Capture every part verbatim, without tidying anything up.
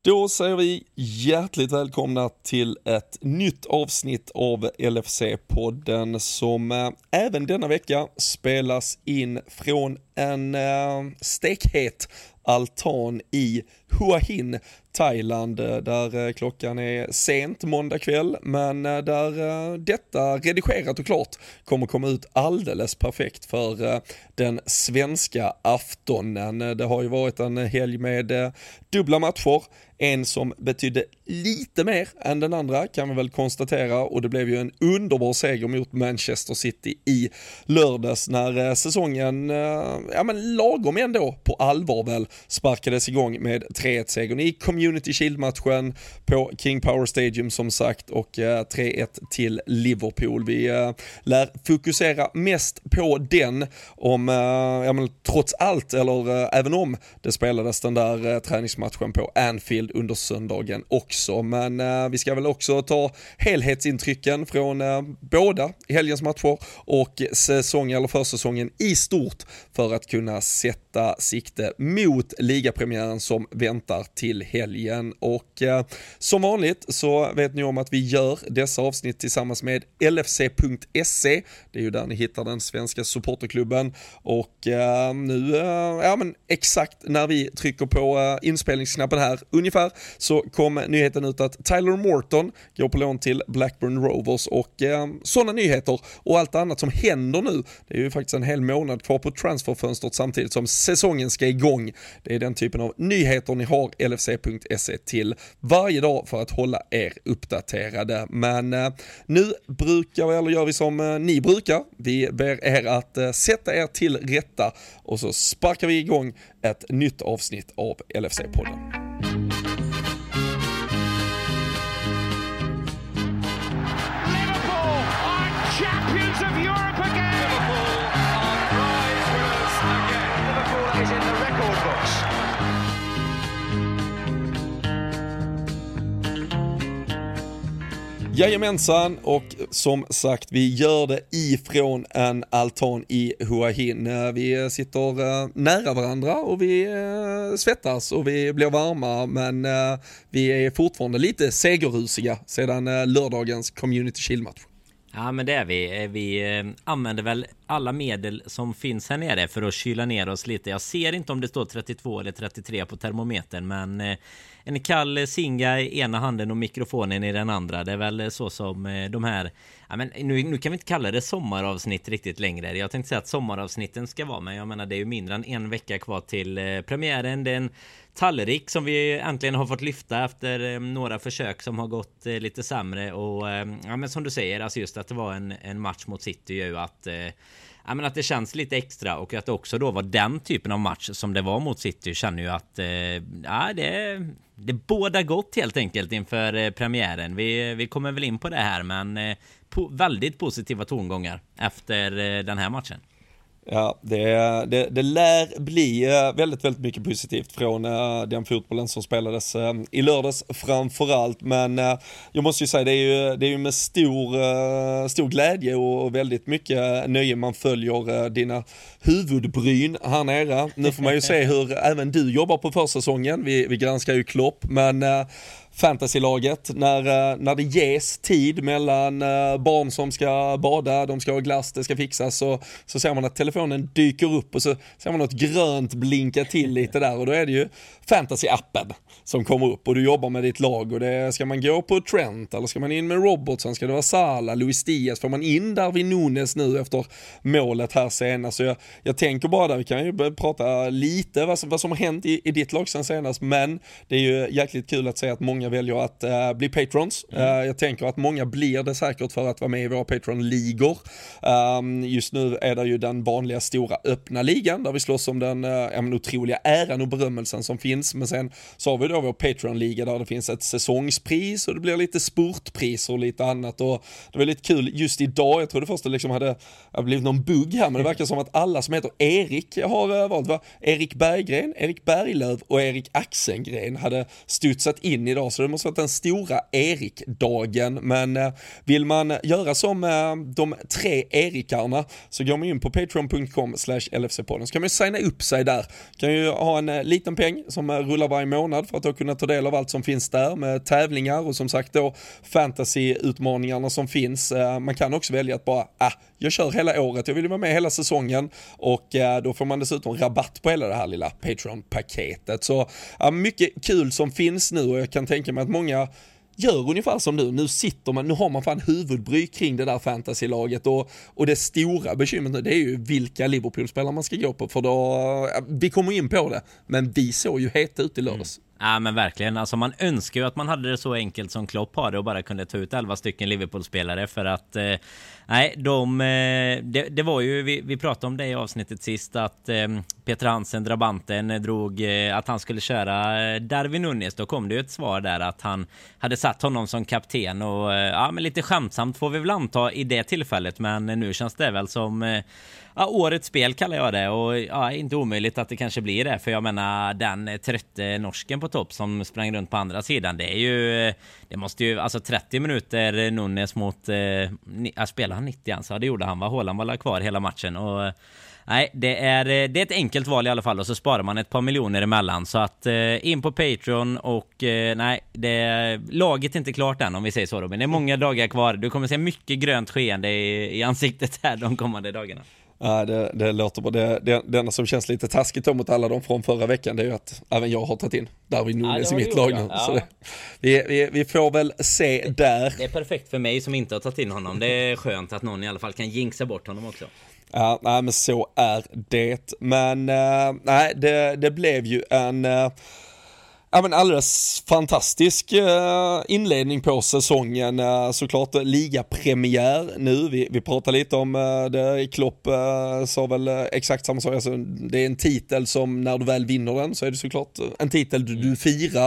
Då säger vi hjärtligt välkomna till ett nytt avsnitt av L F C-podden som äh, även denna vecka spelas in från en äh, stekhet altan i Hua Hin, Thailand, där klockan är sent måndag kväll, men där detta redigerat och klart kommer komma ut alldeles perfekt för den svenska aftonen. Det har ju varit en helg med dubbla matcher, en som betydde lite mer än den andra kan vi väl konstatera, och det blev ju en underbar seger mot Manchester City i lördags när säsongen, ja men lagom ändå på allvar väl, sparkades igång med tre ett-segern i Community Shield-matchen på King Power Stadium som sagt, och tre ett till Liverpool. Vi äh, lär fokusera mest på den om, äh, ja men trots allt, eller äh, även om det spelades den där äh, träningsmatchen på Anfield under söndagen också, men äh, vi ska väl också ta helhetsintrycken från äh, båda helgens matcher och säsong eller försäsongen i stort för att kunna sätta sikte mot ligapremiären som väntar till helgen. Och eh, som vanligt så vet ni om att vi gör dessa avsnitt tillsammans med L F C punkt se. Det är ju där ni hittar den svenska supporterklubben, och eh, nu eh, ja men exakt när vi trycker på eh, inspelningsknappen här ungefär så kom nyheten ut att Tyler Morton går på lån till Blackburn Rovers, och eh, sådana nyheter och allt annat som händer nu, det är ju faktiskt en hel månad kvar på transferfönstret samtidigt som säsongen ska igång. Det är den typen av nyheter ni har L F C punkt se till varje dag för att hålla er uppdaterade. Men eh, nu brukar vi, eller gör vi som eh, ni brukar. Vi ber er att eh, sätta er till rätta, och så sparkar vi igång ett nytt avsnitt av L F C-podden. Jajamensan, och som sagt vi gör det ifrån en altan i Hua Hin. Vi sitter nära varandra och vi svettas och vi blir varma, men vi är fortfarande lite segerrusiga sedan lördagens Community Shield-match. Ja, men det är vi. Vi använder väl alla medel som finns här nere för att kyla ner oss lite. Jag ser inte om det står trettiotvå eller trettiotre på termometern, men en kall singa i ena handen och mikrofonen i den andra. Det är väl så som de här... Ja, men nu, nu kan vi inte kalla det sommaravsnitt riktigt längre. Jag tänkte säga att sommaravsnitten ska vara, men jag menar det är ju mindre än en vecka kvar till premiären. Det är en tallrik som vi äntligen har fått lyfta efter några försök som har gått lite sämre. Och ja, men som du säger, alltså just att det var en, en match mot City gör ju att... Ja, men att det känns lite extra, och att det också då var den typen av match som det var mot City, känner ju att eh, ja, det, det båda gott helt enkelt inför eh, premiären. Vi, vi kommer väl in på det här, men eh, po- väldigt positiva tongångar efter eh, den här matchen. Ja, det, det, det lär bli väldigt, väldigt mycket positivt från uh, den fotbollen som spelades uh, i lördags framförallt. Men uh, jag måste ju säga, det är ju, det är ju med stor, uh, stor glädje och väldigt mycket nöje man följer uh, dina huvudbryn här nere. Nu får man ju se hur även du jobbar på försäsongen. Vi, vi granskar ju Klopp, men... Uh, fantasylaget, när, när det ges tid mellan barn som ska bada, de ska ha glass, det ska fixas, så, så ser man att telefonen dyker upp och så ser man något grönt blinka till lite där, och då är det ju fantasy-appen som kommer upp och du jobbar med ditt lag, och det ska man gå på Trent eller ska man in med Robertson, ska det vara Salah, Luis Diaz, får man in Darwin Nunes nu efter målet här senast. Så jag, jag tänker bara där, vi kan ju prata lite vad som, vad som har hänt i, i ditt lag sen senast, men det är ju jäkligt kul att se att många väljer att uh, bli patrons. Mm. Uh, jag tänker att många blir det säkert för att vara med i våra Patreon-ligor. Um, just nu är det ju den vanliga stora öppna ligan där vi slåss om den uh, otroliga äran och berömmelsen som finns, men sen så har vi då vår Patreon-liga där det finns ett säsongspris och det blir lite sportpris och lite annat, och det var lite kul just idag. Jag trodde först det liksom hade, hade blivit någon bugg här, men det verkar som att alla som heter Erik har valt, va? Erik Berggren, Erik Berglöf och Erik Axengren hade studsat in idag så det måste vara den stora Erik-dagen. Men eh, vill man göra som eh, de tre Erikarna så går man in på patreon punkt com slash L F C podden, så kan man signa upp sig där. Kan ju ha en eh, liten peng som eh, rullar varje månad för att då kunna ta del av allt som finns där med tävlingar och som sagt då fantasy-utmaningarna som finns. Eh, man kan också välja att bara, ah, jag kör hela året, jag vill vara med hela säsongen, och eh, då får man dessutom rabatt på hela det här lilla Patreon-paketet. Så ja, mycket kul som finns nu, och jag kan tänka mig att många gör ungefär som du. Nu sitter man, nu har man fan huvudbry kring det där fantasylaget, och, och det stora bekymret nu, det är ju vilka Liverpool-spelare man ska gå på, för då, ja, vi kommer in på det, men vi såg ju heta ut i lördags. Mm. Ja, men verkligen, alltså man önskar ju att man hade det så enkelt som Klopp har det och bara kunde ta ut elva stycken Liverpool-spelare, för att eh, nej, de eh, det, det var ju, vi, vi pratade om det i avsnittet sist, att eh, Peter Hansen, drabanten, drog eh, att han skulle köra Darwin Núñez. Då kom det ju ett svar där att han hade satt honom som kapten, och eh, ja, men lite skämtsamt får vi väl anta i det tillfället, men nu känns det väl som eh, ja, årets spel kallar jag det, och ja, inte omöjligt att det kanske blir det, för jag menar den trötte norsken på topp som sprang runt på andra sidan, det är ju, det måste ju, alltså trettio minuter Núñez mot eh, spelar han nittio ans, ja det gjorde han, var Haaland var kvar hela matchen, och nej, det är, det är ett enkelt val i alla fall, och så sparar man ett par miljoner emellan, så att eh, in på Patreon, och eh, nej, det, laget är inte klart än om vi säger så, Robin, det är många dagar kvar, du kommer se mycket grönt skeende i, i ansiktet här de kommande dagarna. Ja, det, det låter bra. Det, det, det enda som känns lite taskigt mot alla de från förra veckan, det är ju att även jag har tagit in Darwin Núñez ja, i mitt lag nu. Ja. Så det, vi, vi, vi får väl se där. Det är perfekt för mig som inte har tagit in honom. Det är skönt att någon i alla fall kan jinxa bort honom också. Ja, nej, men så är det. Men uh, nej, det, det blev ju en... Uh, Ja, men alldeles fantastisk uh, inledning på säsongen, uh, såklart ligapremiär nu, vi, vi pratar lite om uh, det, Klopp uh, sa väl uh, exakt samma sak, alltså, det är en titel som när du väl vinner den så är det såklart en titel du, du firar,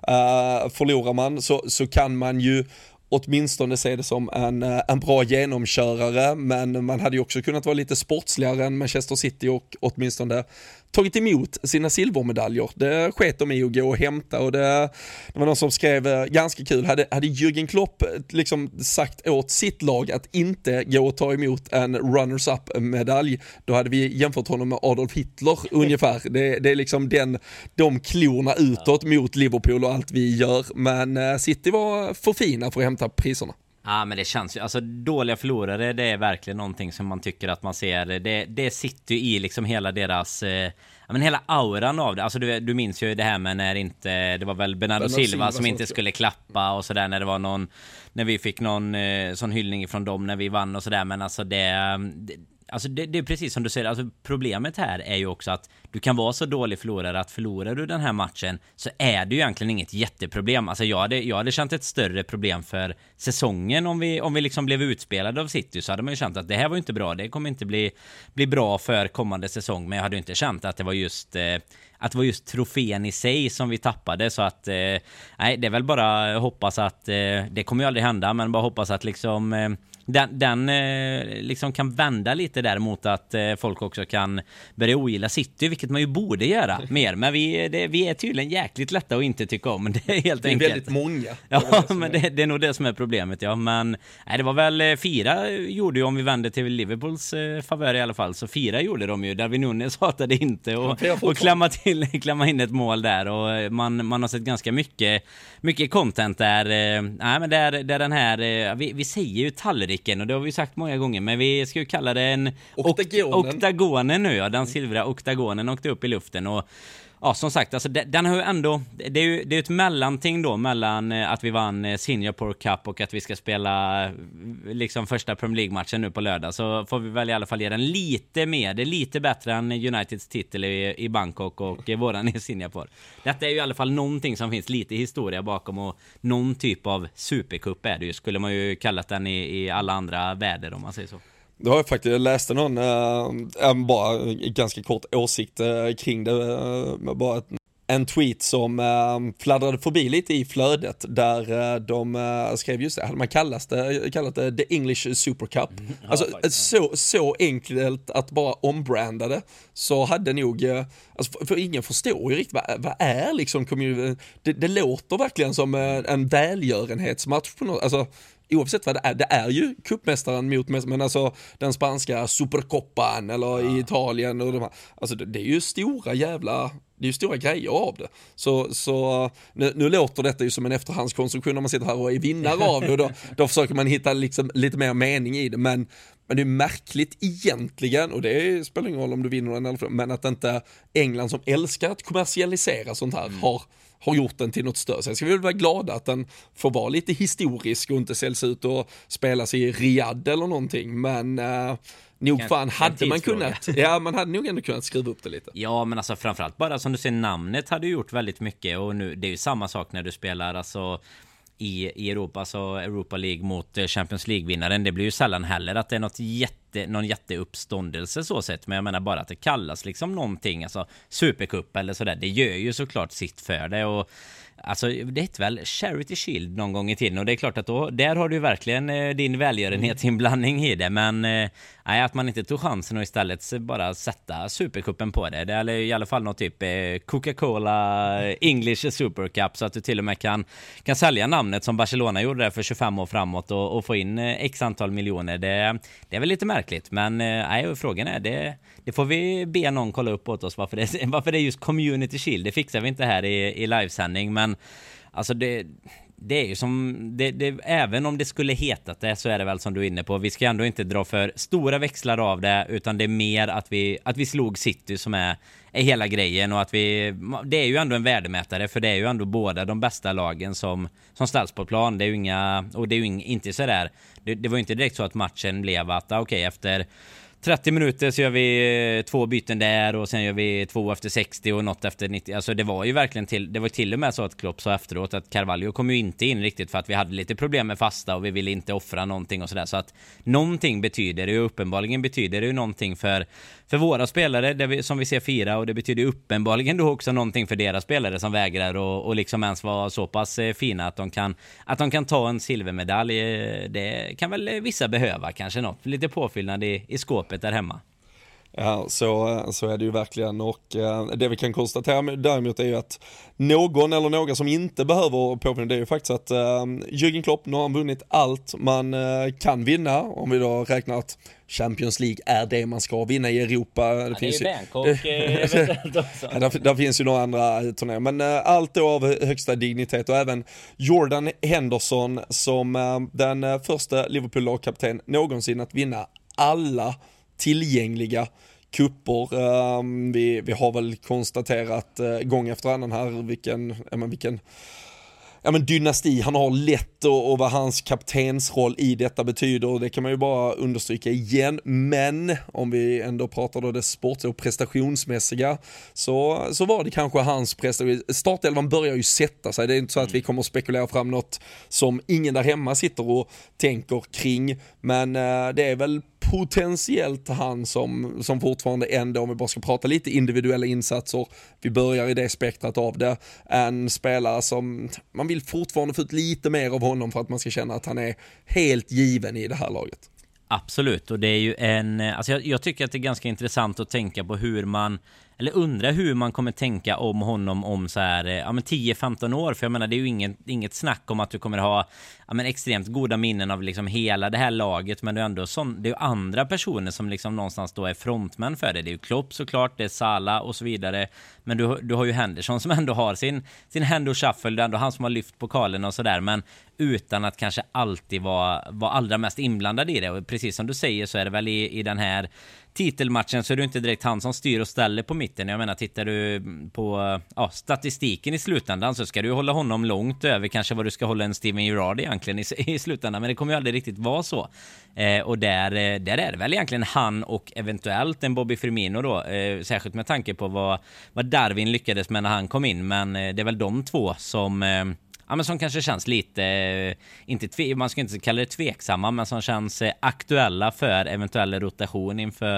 uh, förlorar man så, så kan man ju åtminstone se det som en, en bra genomkörare, men man hade ju också kunnat vara lite sportsligare än Manchester City och åtminstone tagit emot sina silvermedaljer. Det sket de i att gå och hämta, och det, det var någon som skrev ganska kul, hade, hade Jürgen Klopp liksom sagt åt sitt lag att inte gå och ta emot en runners-up-medalj, då hade vi jämfört honom med Adolf Hitler ungefär. Det, det är liksom den, de klorna utåt mot Liverpool och allt vi gör, men City var för fina för att hämta priserna. Ja, men det känns ju, alltså dåliga förlorare, det är verkligen någonting som man tycker att man ser, det, det sitter ju i liksom hela deras, eh, ja men hela auran av det, alltså du, du minns ju det här med när inte, det var väl Bernardo Silva, Silva som inte skulle klappa och sådär, när det var någon, när vi fick någon eh, sån hyllning från dem när vi vann och sådär, men alltså det, det Alltså det, det är precis som du säger, alltså problemet här är ju också att du kan vara så dålig förlorare att förlorar du den här matchen så är det ju egentligen inget jätteproblem. Alltså jag hade, jag hade känt ett större problem för säsongen om vi, om vi liksom blev utspelade av City, så hade man ju känt att det här var ju inte bra, det kommer inte bli, bli bra för kommande säsong, men jag hade ju inte känt att det var just... Eh, att det var just trofén i sig som vi tappade, så att eh, nej, det är väl bara hoppas att eh, det kommer ju aldrig hända, men bara hoppas att liksom eh, den, den eh, liksom kan vända lite där mot att eh, folk också kan börja ogilla City, vilket man ju borde göra mer, men vi, det, vi är tydligen jäkligt lätta att inte tycka om, det är helt det är enkelt. väldigt många. Ja, men det, det är nog det som är problemet, ja, men nej, det var väl fyra gjorde ju, om vi vände till Liverpools eh, favör i alla fall, så fyra gjorde de ju, Darwin Núñez hatade inte och, och klämma till klämma in ett mål där, och man, man har sett ganska mycket mycket content där. Nej, men där, där den här vi, vi säger ju tallriken, och det har vi sagt många gånger, men vi ska ju kalla det en oktagonen, oktagonen nu, ja, den silvriga oktagonen åkte upp i luften, och ja, som sagt, alltså den har ju ändå, det är ju det är ett mellanting då mellan att vi vann Singapore Cup och att vi ska spela liksom första Premier League-matchen nu på lördag, så får vi väl i alla fall ge den lite mer, det är lite bättre än Uniteds titel i, i Bangkok och våran i Singapore. Detta är ju i alla fall någonting som finns lite historia bakom, och någon typ av supercup är det ju, skulle man ju kallat den i, i alla andra väder om man säger så. Det har jag faktiskt, jag läste någon äh, bara ganska kort åsikt äh, kring det, äh, bara att en tweet som äh, fladdrade förbi lite i flödet där äh, de äh, skrev just det, hade man kallat det, kallat det The English Super Cup. Mm. Alltså ja, så, så enkelt att bara ombranda det, så hade nog, äh, alltså, för, för ingen förstår ju riktigt vad, vad är liksom community, det, det låter verkligen som äh, en välgörenhetsmatch på något, alltså oavsett vad det är, det är ju cupmästaren mot mästaren, men alltså den spanska Supercoppan eller ja. i Italien och de här, alltså det, det är ju stora jävla, det är ju stora grejer av det. Så, så nu, nu låter detta ju som en efterhandskonstruktion när man sitter här och är vinnare av det, och då, då försöker man hitta liksom lite mer mening i det, men, men det är märkligt egentligen, och det spelar ingen roll om du vinner den eller för, men att inte England som älskar att kommersialisera sånt här mm. har har gjort den till något större. Så jag ska väl vara glad att den får vara lite historisk och inte säljs ut och spelas i Riyadh eller någonting, men uh, nog kan, fan hade man kunnat, ja man hade nog ändå kunnat skriva upp det lite. Ja, men alltså framförallt bara som du ser, namnet hade gjort väldigt mycket, och nu, det är ju samma sak när du spelar alltså i, i Europa, så Europa League mot Champions League-vinnaren. Det blir ju sällan heller att det är något jätte, någon jätteuppståndelse så sett, men jag menar bara att det kallas liksom någonting, alltså Supercup eller sådär, det gör ju såklart sitt för det, och alltså det heter väl Charity Shield någon gång i tiden, och det är klart att då, där har du verkligen eh, din välgörenhetsinblandning i det, men eh, nej, att man inte tog chansen och istället bara sätta Supercupen på det, det är i alla fall något typ eh, Coca-Cola English Super Cup, så att du till och med kan, kan sälja namnet som Barcelona gjorde där för tjugofem år framåt och, och få in eh, x antal miljoner. Det, det är väl lite märkligt, men eh, nej, frågan är det, det får vi be någon kolla upp åt oss varför det, varför det är just Community Shield, det fixar vi inte här i, i livesändning, men alltså det, det är ju som det, det, även om det skulle hetat det, så är det väl som du är inne på, vi ska ändå inte dra för stora växlar av det, utan det är mer att vi, att vi slog City som är, är hela grejen, och att vi, det är ju ändå en värdemätare, för det är ju ändå båda de bästa lagen som, som ställs på plan. Det är ju inga, och det är ju ing, inte så där, det, det var ju inte direkt så att matchen blev att okej, okay, efter trettio minuter så gör vi två byten där, och sen gör vi två efter sextio och något efter nittio. Alltså det var ju verkligen till, det var till och med så att Klopp sa efteråt att Carvalho kom ju inte in riktigt för att vi hade lite problem med fasta och vi ville inte offra någonting och sådär. Så att någonting betyder det ju, uppenbarligen betyder det ju någonting för, för våra spelare där vi, som vi ser fira, och det betyder ju uppenbarligen då också någonting för deras spelare som vägrar och, och liksom ens vara så pass fina att de kan, att de kan ta en silvermedalj. Det kan väl vissa behöva, kanske något, lite påfyllnad i, i skåpet där hemma. Ja, så, så är det ju verkligen, och eh, det vi kan konstatera däremot är ju att någon eller några som inte behöver påminna, det är ju faktiskt att eh, Jürgen Klopp, nu har han vunnit allt man eh, kan vinna, om vi då räknar att Champions League är det man ska vinna i Europa. Det, ja, finns det är ju Bangkok eventuellt också. Ja, där, där finns ju några andra turnéer, men eh, allt då av högsta dignitet, och även Jordan Henderson som eh, den eh, första Liverpool-lagkapten någonsin att vinna alla tillgängliga kupper. Um, vi, vi har väl konstaterat uh, gång efter annan här vilken, ja, men vilken ja, men dynasti han har lett, och, och vad hans kaptensroll i detta betyder, och det kan man ju bara understryka igen. Men om vi ändå pratar då det sportsliga och prestationsmässiga, så, så var det kanske hans prestation. Startelvan börjar ju sätta sig, det är inte så att vi kommer att spekulera fram något som ingen där hemma sitter och tänker kring, men uh, det är väl potentiellt han som, som fortfarande ändå, om vi bara ska prata lite individuella insatser, vi börjar i det spektrat av det, en spelare som man vill fortfarande få ut lite mer av honom för att man ska känna att han är helt given i det här laget. Absolut, och det är ju en, alltså jag, jag tycker att det är ganska intressant att tänka på hur man, eller undra hur man kommer tänka om honom om så här, ja men tio femton år, för jag menar det är ju inget, inget snack om att du kommer ha ja men extremt goda minnen av liksom hela det här laget, men det är ändå sån, det är ju andra personer som liksom någonstans då är frontmän för det. Det är ju Klopp såklart, det är Salah och så vidare, men du, du har ju Henderson som ändå har sin, sin Hendo Shuffle, det är ändå han som har lyft pokalen och sådär, men utan att kanske alltid vara, vara allra mest inblandad i det. Och precis som du säger så är det väl i, i den här titelmatchen så är det inte direkt han som styr och ställer på mitten. Jag menar, tittar du på ja, statistiken i slutändan så ska du hålla honom långt över kanske vad du ska hålla en Steven Gerrard egentligen i, i slutändan, men det kommer ju aldrig riktigt vara så. Eh, och där, där är det väl egentligen han och eventuellt en Bobby Firmino då, eh, särskilt med tanke på vad, vad Darwin lyckades med när han kom in, men eh, det är väl de två som... Eh, Ja, men som kanske känns lite, inte tve, man ska inte kalla det tveksamma, men som känns aktuella för eventuell rotation inför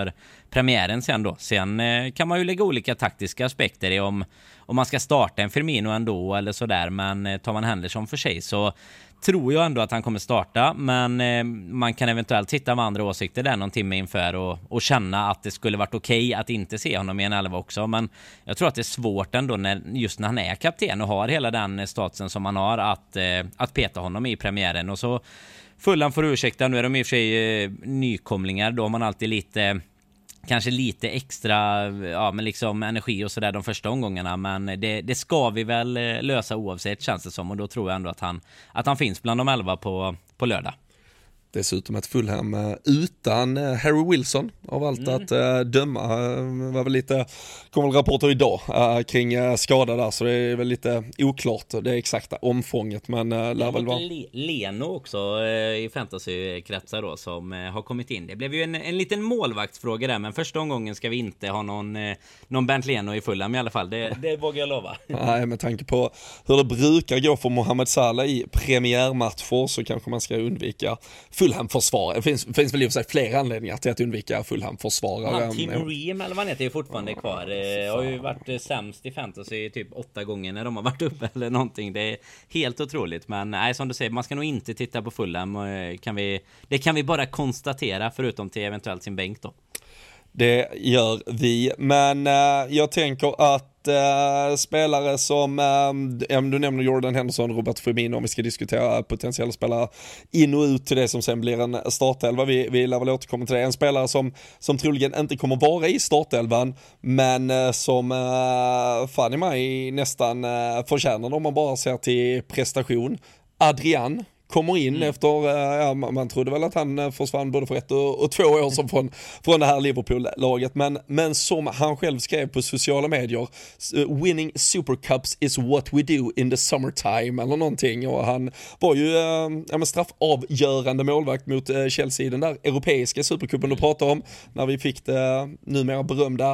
premiären sen då. Sen eh, kan man ju lägga olika taktiska aspekter i om, om man ska starta en Firmino ändå eller sådär, men eh, tar man Henderson för sig så tror jag ändå att han kommer starta, men eh, man kan eventuellt hitta med andra åsikter där någon timme inför och, och känna att det skulle varit okej okay att inte se honom i en elva också, men jag tror att det är svårt ändå när, just när han är kapten och har hela den statusen som han har att, eh, att peta honom i premiären. Och så Fulham får ursäkta, nu är de i och för sig eh, nykomlingar, då har man alltid lite kanske lite extra ja, men liksom energi och sådär de första omgångarna, men det, det ska vi väl lösa oavsett, känns det som, och då tror jag ändå att han, att han finns bland de elva på, på lördag. Dessutom ett Fulham utan Harry Wilson av allt mm. att uh, döma. Uh, var väl lite, kom väl rapporter idag uh, kring uh, skada där, så det är väl lite oklart det exakta omfånget, men uh, lär väl vara. Le- Leno också uh, i fantasykretsar då som uh, har kommit in. Det blev ju en, en liten målvaktsfråga där, men första gången ska vi inte ha någon, uh, någon Bernt Leno i Fulham i alla fall. Det, det vågar jag lova. Nej, med tanke på hur det brukar gå för Mohamed Salah i premiärmatcher så kanske man ska undvika Fulham-försvar. Det finns, finns väl i och för sig flera anledningar till att undvika Fulham-försvarare. Han Tim Ream eller vad han heter är ju fortfarande kvar. Det har ju varit sämst i fantasy typ åtta gånger när de har varit uppe eller någonting. Det är helt otroligt. Men nej, som du säger, man ska nog inte titta på Fulham. Kan vi, det kan vi bara konstatera, förutom till eventuellt sin bänk då. Det gör vi, men äh, jag tänker att äh, spelare som, äh, du nämner Jordan Henderson, Robert Firmino, om vi ska diskutera potentiella spelare in och ut till det som sen blir en startelva, vi, vi lär väl återkomma till det. En spelare som, som troligen inte kommer vara i startelvan, men äh, som äh, fan i mig nästan äh, förtjänar om man bara ser till prestation. Adrian kommer in mm. efter, ja, man trodde väl att han försvann både för ett och, och två år som från, från det här Liverpool-laget, men, men som han själv skrev på sociala medier, winning Supercups is what we do in the summertime eller någonting, och han var ju ja, men straffavgörande målvakt mot Chelsea i den där europeiska supercupen du pratar om, när vi fick det numera berömda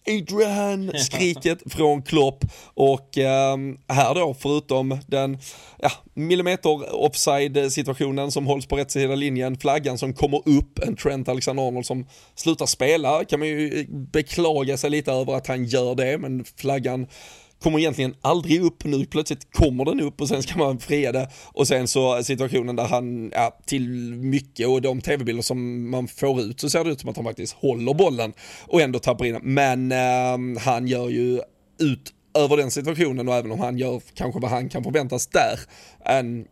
Adrian-skriket från Klopp, och eh, här då, förutom den ja, millimeter offside-situationen som hålls på rätt sida linjen, flaggan som kommer upp, en Trent Alexander-Arnold som slutar spela, kan man ju beklaga sig lite över att han gör det, men flaggan kommer egentligen aldrig upp, nu plötsligt kommer den upp och sen ska man fria det, och sen så situationen där han, ja, till mycket och de tv-bilder som man får ut så ser det ut som att han faktiskt håller bollen och ändå tappar in, men eh, han gör ju ut över den situationen, och även om han gör kanske vad han kan förväntas där, en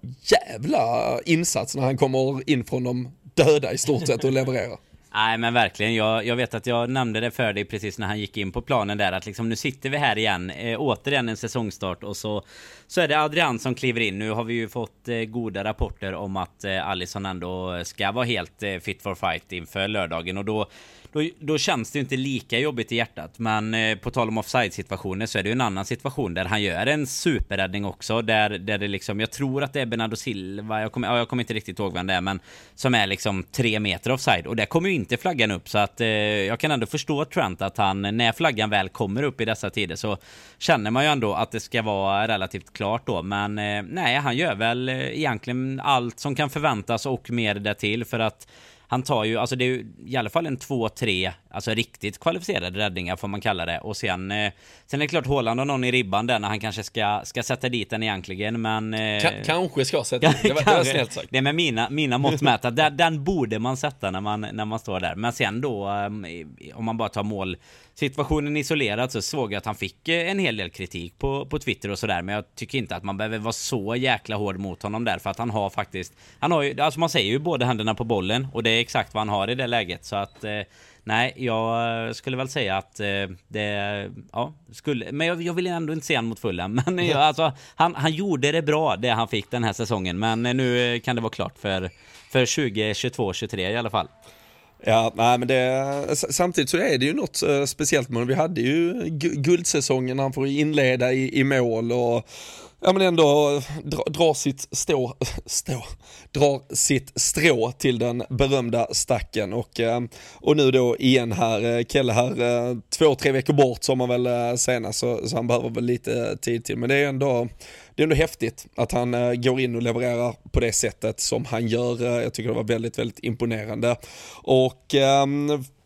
jävla insats när han kommer in från de döda i stort sett och levererar. Nej, men verkligen, jag, jag vet att jag nämnde det för dig precis när han gick in på planen där, att liksom nu sitter vi här igen, eh, återigen en säsongstart, och så, så är det Adrian som kliver in. Nu har vi ju fått eh, goda rapporter om att eh, Alisson ändå ska vara helt eh, fit for fight inför lördagen, och då Då, då känns det inte lika jobbigt i hjärtat. Men eh, på tal om offside-situationer så är det ju en annan situation där han gör en superräddning också. Där, där det liksom, jag tror att det är Bernardo Silva, jag kommer, ja, jag kommer inte riktigt ihåg vem det är, men som är liksom tre meter offside. Och där kommer ju inte flaggan upp, så att eh, jag kan ändå förstå Trent att han, när flaggan väl kommer upp i dessa tider, så känner man ju ändå att det ska vara relativt klart då. Men eh, nej, han gör väl eh, egentligen allt som kan förväntas och mer därtill, för att han tar ju, alltså det är ju i alla fall en två tre, alltså riktigt kvalificerade räddningar får man kalla det. Och sen, eh, sen är det klart Haaland har någon i ribban där när han kanske ska, ska sätta dit den egentligen, men... Eh, K- kanske ska sätta dit, det var, det var snällt sagt. Det är med mina, mina mått mäta, den, den borde man sätta när man, när man står där. Men sen då, eh, om man bara tar mål situationen isolerat, så såg jag att han fick en hel del kritik på, på Twitter och sådär, men jag tycker inte att man behöver vara så jäkla hård mot honom där, för att han har faktiskt, han har ju, alltså man säger ju både händerna på bollen, och det är exakt vad han har i det läget, så att eh, nej, jag skulle väl säga att eh, det, ja, skulle, men jag, jag vill ändå inte se han mot Fulham, men jag, alltså, han, han gjorde det bra, det han fick den här säsongen, men nu kan det vara klart för, för tjugo tjugotvå tjugotre i alla fall. Ja, nej, men det, samtidigt så är det ju något uh, speciellt, men vi hade ju gu- guldsäsongen, han får inleda i, i mål och ja, men ändå dra, dra sitt stå, stå, drar sitt strå till den berömda stacken, och, och nu då igen här, Kelle här, två, tre veckor bort som man väl senast, så, så han behöver väl lite tid till, men det är ändå det är ändå häftigt att han äh, går in och levererar på det sättet som han gör. Jag tycker det var väldigt, väldigt imponerande. Och ähm,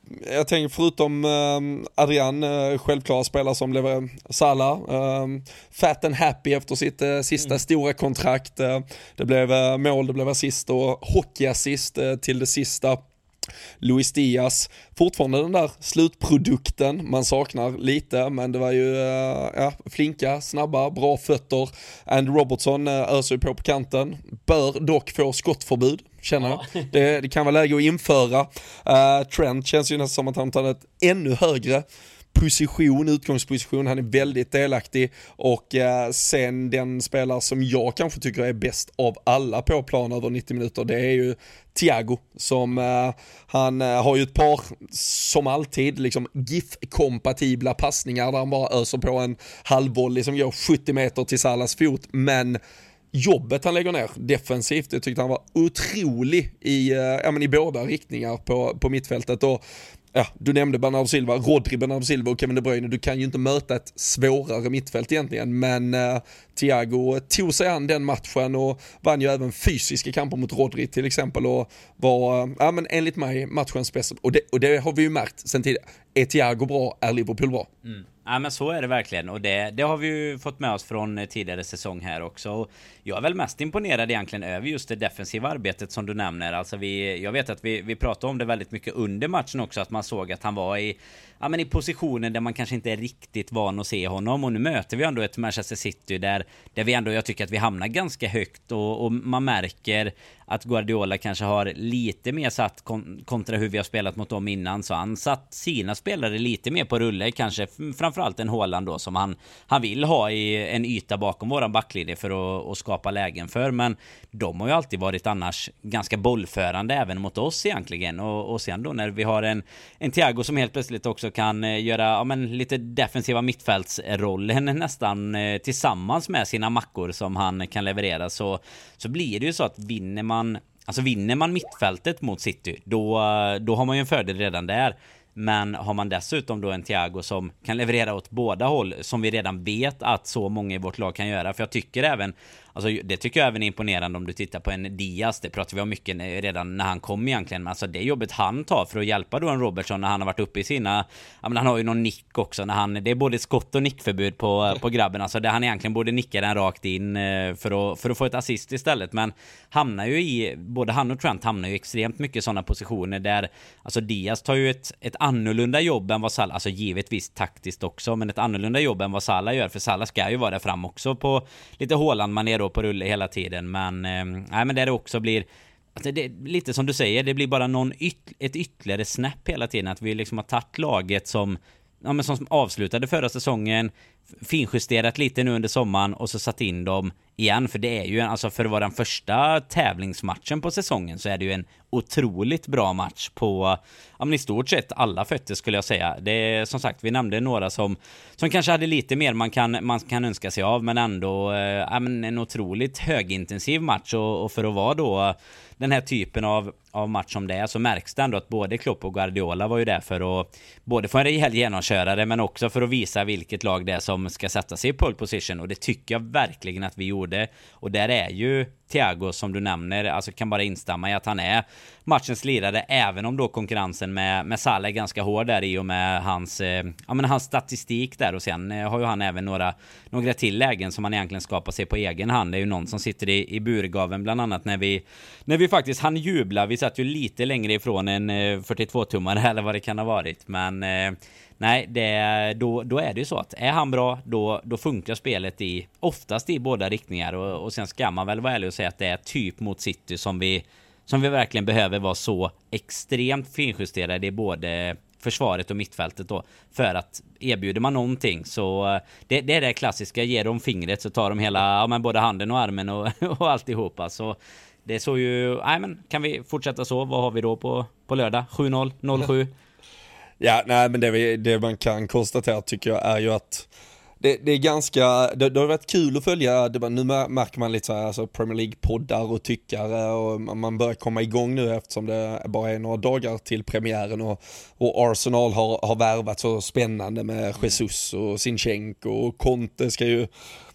jag tänker förutom uh, Adrian, uh, självklara spelare som lever Salah, uh, fat and happy efter sitt uh, sista mm. stora kontrakt. Uh, det blev uh, mål, det blev assist och hockeyassist uh, till det sista. Luis Diaz, fortfarande den där slutprodukten man saknar lite, men det var ju uh, ja, flinka, snabba, bra fötter. Andrew Robertson uh, öser på på kanten, bör dock få skottförbud, känner jag. Ja. Det, det kan vara läge att införa. Uh, Trent känns ju nästan som att han tar ett ännu högre position, utgångsposition, han är väldigt delaktig och eh, sen den spelare som jag kanske tycker är bäst av alla på plan över nittio minuter, det är ju Thiago som eh, han eh, har ju ett par som alltid liksom GIF-kompatibla passningar där han bara öser på en halvvolley som går sjuttio meter till Salahs fot, men jobbet han lägger ner defensivt, jag tyckte han var otrolig i, eh, ja, men i båda riktningar på, på mittfältet. Och ja, du nämnde Bernardo Silva, Rodri, Bernardo Silva och Kevin De Bruyne. Du kan ju inte möta ett svårare mittfält egentligen, men uh, Thiago tog sig an den matchen och vann ju även fysiska kamper mot Rodri till exempel och var, uh, ja men enligt mig, matchens bästa. Och det, och det har vi ju märkt sen tidigare. Är Thiago bra, är Liverpool bra. Mm. Ja, men så är det verkligen, och det, det har vi ju fått med oss från tidigare säsong här också. Och jag är väl mest imponerad egentligen över just det defensiva arbetet som du nämner. Alltså vi, jag vet att vi, vi pratade om det väldigt mycket under matchen också, att man såg att han var i, ja, men i positioner där man kanske inte är riktigt van att se honom. Och nu möter vi ändå ett Manchester City där, där vi ändå, jag tycker att vi hamnar ganska högt, och, och man märker att Guardiola kanske har lite mer satt kon- kontra hur vi har spelat mot dem innan, så han satt sina spelare lite mer på rulle, kanske framförallt en Haaland då, som han, han vill ha i en yta bakom våran backlinje för att, att skapa lägen för, men de har ju alltid varit annars ganska bollförande även mot oss egentligen, och, och sen då när vi har en, en Thiago som helt plötsligt också kan göra, ja, men lite defensiva mittfältsrollen nästan eh, tillsammans med sina mackor som han kan leverera, så, så blir det ju så att vinner man Alltså vinner man mittfältet mot City, då, då har man ju en fördel redan där. Men har man dessutom då en Thiago som kan leverera åt båda håll, som vi redan vet att så många i vårt lag kan göra. För jag tycker även, alltså det tycker jag även är imponerande om du tittar på en Diaz. Det pratar vi om mycket redan när han kom egentligen. Men alltså det jobbet han tar för att hjälpa då en Robertson när han har varit uppe i sina, ja, men han har ju någon nick också när han, det är både skott och nickförbud på, på grabben. Alltså där han egentligen borde nicka den rakt in för att, för att få ett assist istället. Men hamnar ju i, både han och Trent hamnar ju extremt mycket sådana positioner där, alltså Diaz tar ju ett, ett annorlunda jobb än vad Salah, alltså givetvis taktiskt också, men ett annorlunda jobb än vad Salah gör, för Salah ska ju vara där fram också på lite Haaland man är då på rulle hela tiden, men eh, nej, men där det också blir, alltså det, lite som du säger, det blir bara någon yt, ett ytterligare snäpp hela tiden, att vi liksom har tagit laget som, ja, men som avslutade förra säsongen, finjusterat lite nu under sommaren och så satt in dem igen, för det är ju en, alltså för att vara den första tävlingsmatchen på säsongen så är det ju en otroligt bra match på, ja, men i stort sett alla fötter skulle jag säga. Det är som sagt, vi nämnde några som, som kanske hade lite mer man kan, man kan önska sig av, men ändå eh, ja, men en otroligt högintensiv match, och, och för att vara då den här typen av, av match som det är, så märks det ändå att både Klopp och Guardiola var ju där för att både få en rejäl genomkörare, men också för att visa vilket lag det är som ska sätta sig i pole position, och det tycker jag verkligen att vi gjorde. Och där är ju Thiago, som du nämner, alltså kan bara instämma i att han är matchens lirare, även om då konkurrensen med, med Salah är ganska hård där i och med hans, eh, ja, men hans statistik där, och sen eh, har ju han även några, några till lägen som han egentligen skapar sig på egen hand. Det är ju någon som sitter i, i burgaven bland annat när vi, när vi faktiskt hann jubla. Vi satt ju lite längre ifrån en eh, fyrtiotvå-tummare eller vad det kan ha varit, men eh, nej, det, då, då är det ju så att är han bra, då, då funkar spelet i, oftast i båda riktningar, och, och sen ska man väl vara ärlig och säga att det är typ mot City som vi, som vi verkligen behöver vara så extremt finjusterade i både försvaret och mittfältet då, för att erbjuder man någonting så det, det är det klassiska, ger dem fingret så tar de hela, ja, men både handen och armen och, och alltihopa, så det är så ju, nej men kan vi fortsätta så, vad har vi då på, på lördag? sju noll, noll sju. Ja, nej, men det, vi, det man kan konstatera tycker jag är ju att det, det är ganska, det, det har varit kul att följa, det, nu märker man lite så här, alltså Premier League-poddar och tyckare, och man börjar komma igång nu eftersom det bara är några dagar till premiären, och, och Arsenal har, har värvat så spännande med Jesus och Zinchenko, och Conte ska ju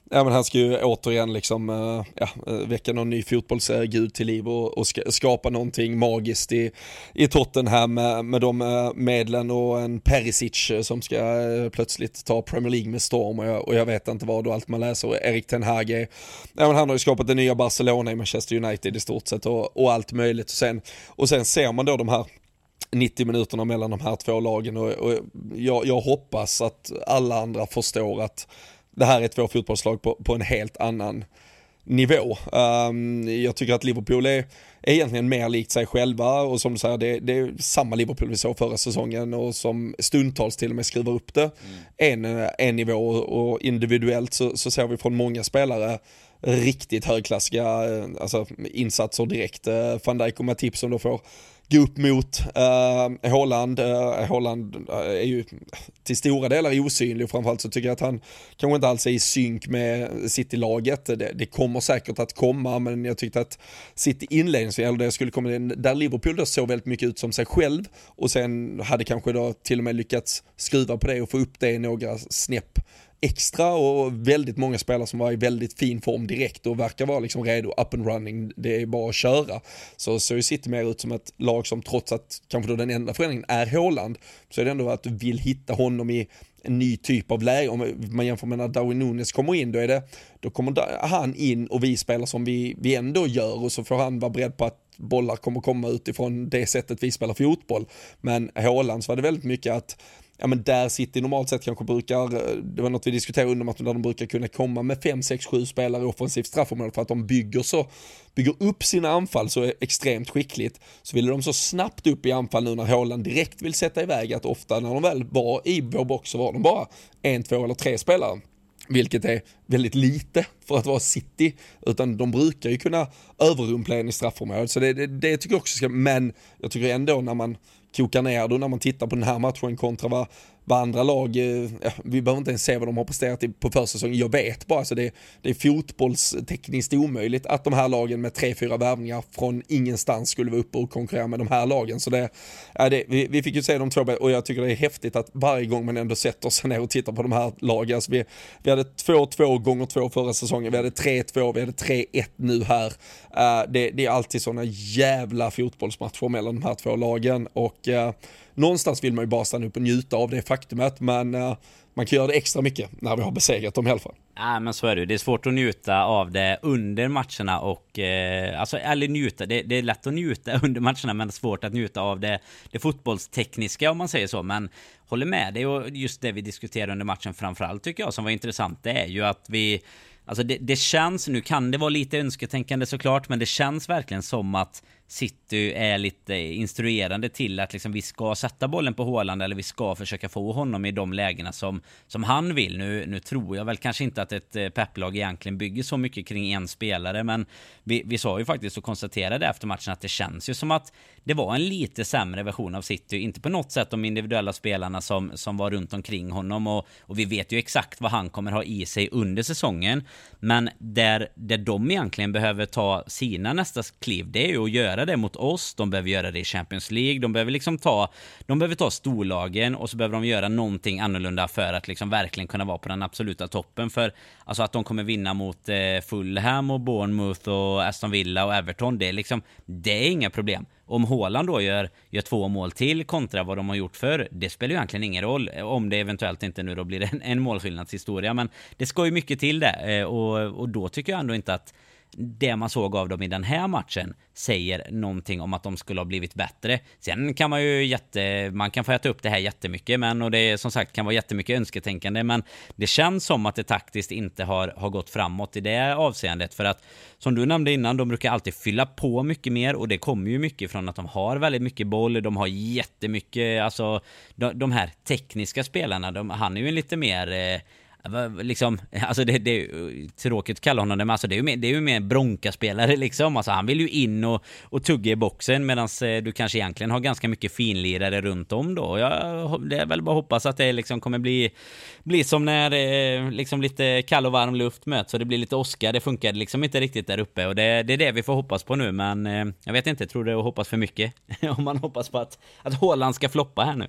Ja, men han ska ju återigen liksom, ja, väcka någon ny fotbollsgud till liv och, och ska, skapa någonting magiskt i, i Tottenham med, med de medlen och en Perisic som ska plötsligt ta Premier League med storm och jag, och jag vet inte vad och allt man läser. Och Erik Ten Hag är, ja, men han har ju skapat det nya Barcelona i Manchester United i stort sett och, och allt möjligt. Och sen, och sen ser man då de här nittio minuterna mellan de här två lagen och, och jag, jag hoppas att alla andra förstår att det här är två fotbollslag på, på en helt annan nivå. Um, jag tycker att Liverpool är, är egentligen mer likt sig själva och som du säger, det, det är samma Liverpool vi såg förra säsongen och som stundtals till och med skruvar upp det mm. en, en nivå och individuellt så, så ser vi från många spelare riktigt högklassiga alltså, insatser direkt. Van Dijk och Matip som då får gå upp mot uh, Haaland. Uh, Haaland uh, är ju till stora delar osynlig och framförallt så tycker jag att han kanske inte alls är i synk med City-laget. Det, det kommer säkert att komma, men jag tyckte att City inledningsvis, eller det skulle komma in, där Liverpool då såg väldigt mycket ut som sig själv och sen hade kanske då till och med lyckats skruva på det och få upp det i några snäpp extra och väldigt många spelare som var i väldigt fin form direkt och verkar vara liksom redo, up and running, det är bara att köra. Så så City mer ut som ett lag som trots att kanske då den enda förändringen är Haaland så är det ändå att du vill hitta honom i en ny typ av läge. Om man jämför med när Darwin Núñez kommer in, då är det då kommer han in och vi spelar som vi, vi ändå gör och så får han vara beredd på att bollar kommer komma utifrån det sättet vi spelar fotboll. Men Haaland så var det väldigt mycket att ja, men där City normalt sett kanske brukar, det var något vi diskuterade under matchen, där de brukar kunna komma med fem, sex, sju spelare i offensivt straffområde för att de bygger så bygger upp sina anfall så extremt skickligt, så ville de så snabbt upp i anfall nu när Haaland direkt vill sätta iväg att ofta när de väl var i vår box så var de bara en, två eller tre spelare. Vilket är väldigt lite för att vara City, utan de brukar ju kunna överrumpla en i straffområdet. Så det, det, det tycker jag också ska, men jag tycker ändå när man kokar ner då, när man tittar på den här matchen kontra vad, vad andra lag, ja, vi behöver inte ens se vad de har presterat på försäsongen, jag vet bara, så det, det är fotbollstekniskt omöjligt att de här lagen med tre, fyra värvningar från ingenstans skulle vara uppe och konkurrera med de här lagen, så det, ja, det vi, vi fick ju se de två, och jag tycker det är häftigt att varje gång man ändå sätter sig ner och tittar på de här lagen, alltså vi, vi hade två två gånger två förra säsongen, vi hade tre två, vi hade tre ett nu här, uh, det, det är alltid såna jävla fotbollsmatcher mellan de här två lagen och uh, någonstans vill man ju bara stanna upp och njuta av det faktumet, men uh, man kan göra det extra mycket när vi har besegrat dem i alla fall. Ja, men så är det. Det är svårt att njuta av det under matcherna och eh, alltså eller njuta. Det, det är lätt att njuta under matcherna, men det är svårt att njuta av det, det fotbollstekniska om man säger så. Men håller med det, och just det vi diskuterade under matchen framförallt tycker jag som var intressant, det är ju att vi alltså det, det känns, nu kan det vara lite önsketänkande såklart, men det känns verkligen som att City är lite instruerande till att liksom vi ska sätta bollen på Haaland, eller vi ska försöka få honom i de lägena som, som han vill. Nu, nu tror jag väl kanske inte att ett pepplag egentligen bygger så mycket kring en spelare, men vi, vi sa ju faktiskt och konstaterade efter matchen att det känns ju som att det var en lite sämre version av City, inte på något sätt de individuella spelarna som, som var runt omkring honom, och, och vi vet ju exakt vad han kommer ha i sig under säsongen, men där, där de egentligen behöver ta sina nästa kliv, det är ju att göra det mot oss, de behöver göra det i Champions League, de behöver liksom ta de behöver ta storlagen, och så behöver de göra någonting annorlunda för att liksom verkligen kunna vara på den absoluta toppen, för alltså att de kommer vinna mot eh, Fulham och Bournemouth och Aston Villa och Everton, det är liksom, det är inga problem. Om Haaland då gör, gör två mål till kontra vad de har gjort för, det spelar ju egentligen ingen roll om det eventuellt inte nu då blir en, en målskillnadshistoria, men det ska ju mycket till det, och, och då tycker jag ändå inte att det man såg av dem i den här matchen säger någonting om att de skulle ha blivit bättre. Sen kan man ju jätte, man kan få äta upp det här jättemycket, men och det som sagt kan vara jättemycket önsketänkande, men det känns som att det taktiskt inte har, har gått framåt i det avseendet, för att som du nämnde innan, de brukar alltid fylla på mycket mer, och det kommer ju mycket från att de har väldigt mycket boll, de har jättemycket, alltså de, de här tekniska spelarna, de, han är ju en lite mer eh, liksom, alltså det, det är tråkigt att kalla honom det, men alltså det är ju mer, det är ju mer bronkaspelare liksom, alltså han vill ju in och, och tugga i boxen, medan du kanske egentligen har ganska mycket finlirare runt om då. Jag, det är väl bara hoppas att det liksom kommer bli, bli som när eh, liksom lite kall och varm luft möts, så det blir lite åska, det funkar liksom inte riktigt där uppe, och det, det är det vi får hoppas på nu, men eh, jag vet inte, jag tror det är att hoppas för mycket om man hoppas på att, att Haaland ska floppa här nu.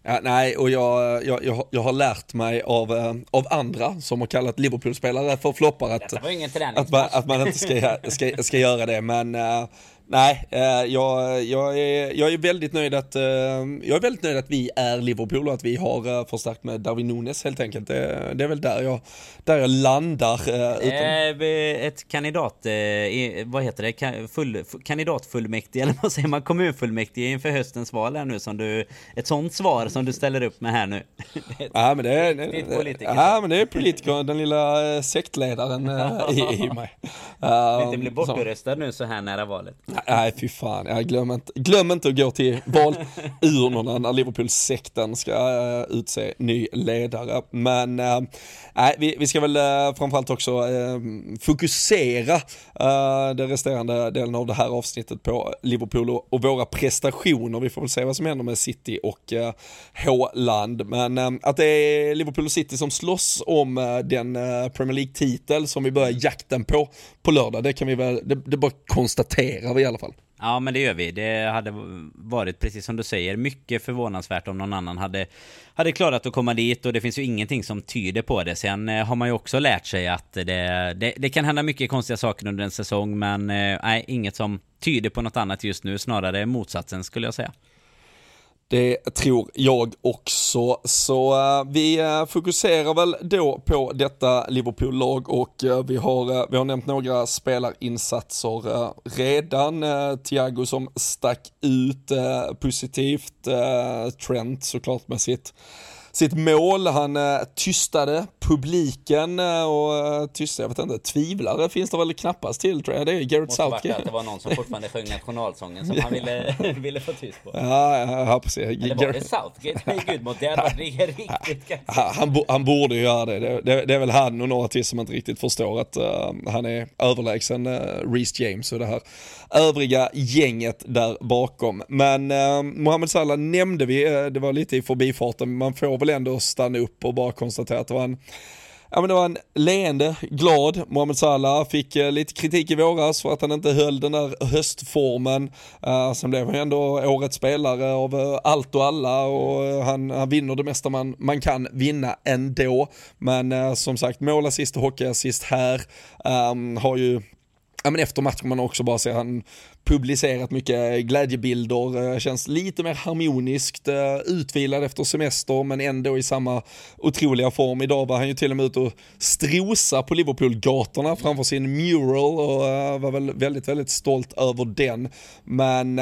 Ja, nej, och jag, jag, jag, jag har lärt mig av, äh, av andra som har kallat Liverpool-spelare för floppar att, att, man, att man inte ska, ska, ska göra det, men äh, nej, äh, jag, jag, är, jag är väldigt nöjd att äh, jag är väldigt nöjd att vi är Liverpool och att vi har äh, förstärkt med Darwin Núñez helt enkelt. Det, det är väl där jag, där jag landar. Äh, utan... Ett kandidat, eh, vad heter det, Full, kandidatfullmäktige eller vad säger man, kommunfullmäktige inför höstens val här nu, som du, ett sånt svar som du ställer upp med här nu. Ja, men det är, det, det, ja, men det är politiker, den lilla sektledaren äh, i, i mig. Uh, inte bli bortröstad nu så här nära valet. Nej, fy fan. Jag glöm inte, glöm inte att gå till valurnorna när Liverpool-sekten ska uh, utse ny ledare. Men uh, nej, vi, vi ska väl uh, framförallt också uh, fokusera uh, den resterande delen av det här avsnittet på Liverpool och, och våra prestationer. Vi får väl se vad som händer med City och uh, Haaland. Men uh, att det är Liverpool och City som slåss om uh, den uh, Premier League-titel som vi börjar jakten på på lördag, det kan vi väl, det, det bara konstatera i alla fall. Ja, men det gör vi. Det hade varit, precis som du säger, mycket förvånansvärt om någon annan hade, hade klarat att komma dit, och det finns ju ingenting som tyder på det. Sen eh, har man ju också lärt sig att det, det, det kan hända mycket konstiga saker under en säsong, men eh, nej, inget som tyder på något annat just nu, snarare motsatsen skulle jag säga. Det tror jag också, så uh, vi uh, fokuserar väl då på detta Liverpool-lag, och uh, vi, har, uh, vi har nämnt några spelarinsatser uh, redan. Uh, Thiago som stack ut uh, positivt, uh, Trent såklart med sitt sitt mål, han eh, tystade publiken eh, och eh, tystade, jag vet inte, tvivlare finns det väl knappast till, tror jag. Det är Gareth Southgate. Att det var någon som fortfarande sjöng nationalsången som han ville, ville få tyst på. Ja, ja, ja precis. Eller var det Southgate? Nej, gud, mot det hade varit riktigt han, han, han borde ju göra det. Det, det. det är väl han och några till som inte riktigt förstår att uh, han är överlägsen uh, Reece James och det här övriga gänget där bakom. Men uh, Mohamed Salah nämnde vi, uh, det var lite i förbifarten, man får väl ändå stanna upp och bara konstatera att det var en, ja, men det var en leende, glad Mohamed Salah. Fick uh, lite kritik i våras för att han inte höll den där höstformen. Uh, sen blev han ändå årets spelare av uh, allt och alla, och uh, han, han vinner det mesta man, man kan vinna ändå. Men uh, som sagt, mål, assist och hockeyassist här. Um, har ju Ja, men efter matchen man också bara ser han publicerat mycket glädjebilder, känns lite mer harmoniskt, utvilad efter semester men ändå i samma otroliga form. Idag var han ju till och med ute och strosa på Liverpool-gatorna framför sin mural och var väl väldigt, väldigt stolt över den. Men